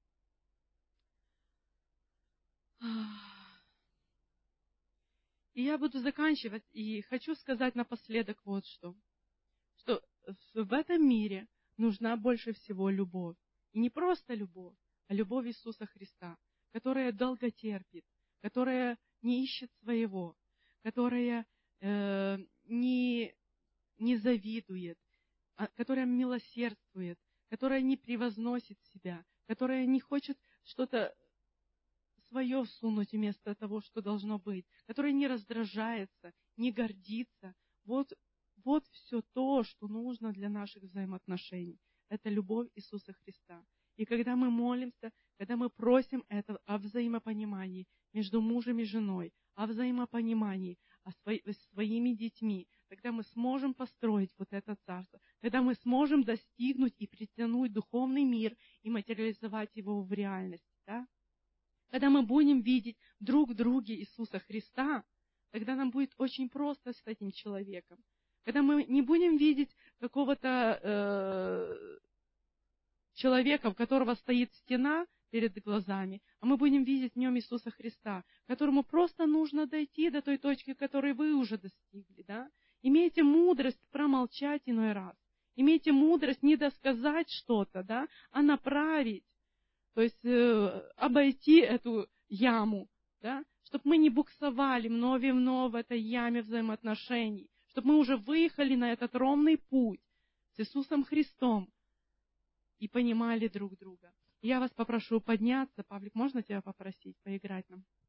A: И я буду заканчивать, и хочу сказать напоследок вот что. Что в этом мире нужна больше всего любовь. И не просто любовь, а любовь Иисуса Христа, которая долго терпит, которая не ищет своего, которая э, не, не завидует, а, которая милосердствует, которая не превозносит себя, которая не хочет что-то свое всунуть вместо того, что должно быть, которая не раздражается, не гордится. Вот Вот все то, что нужно для наших взаимоотношений. Это любовь Иисуса Христа. И когда мы молимся, когда мы просим это о взаимопонимании между мужем и женой, о взаимопонимании о свои, с своими детьми, тогда мы сможем построить вот это царство, тогда мы сможем достигнуть и притянуть духовный мир и материализовать его в реальность. Да? Когда мы будем видеть друг в друге Иисуса Христа, тогда нам будет очень просто с этим человеком. Когда мы не будем видеть какого-то э, человека, у которого стоит стена перед глазами, а мы будем видеть в нем Иисуса Христа, которому просто нужно дойти до той точки, которой вы уже достигли. Да? Имейте мудрость промолчать иной раз. Имейте мудрость не досказать что-то, да, а направить. То есть э, обойти эту яму, да, чтобы мы не буксовали вновь и вновь в этой яме взаимоотношений, чтобы мы уже выехали на этот ровный путь с Иисусом Христом и понимали друг друга. Я вас попрошу подняться. Павлик, можно тебя попросить поиграть нам?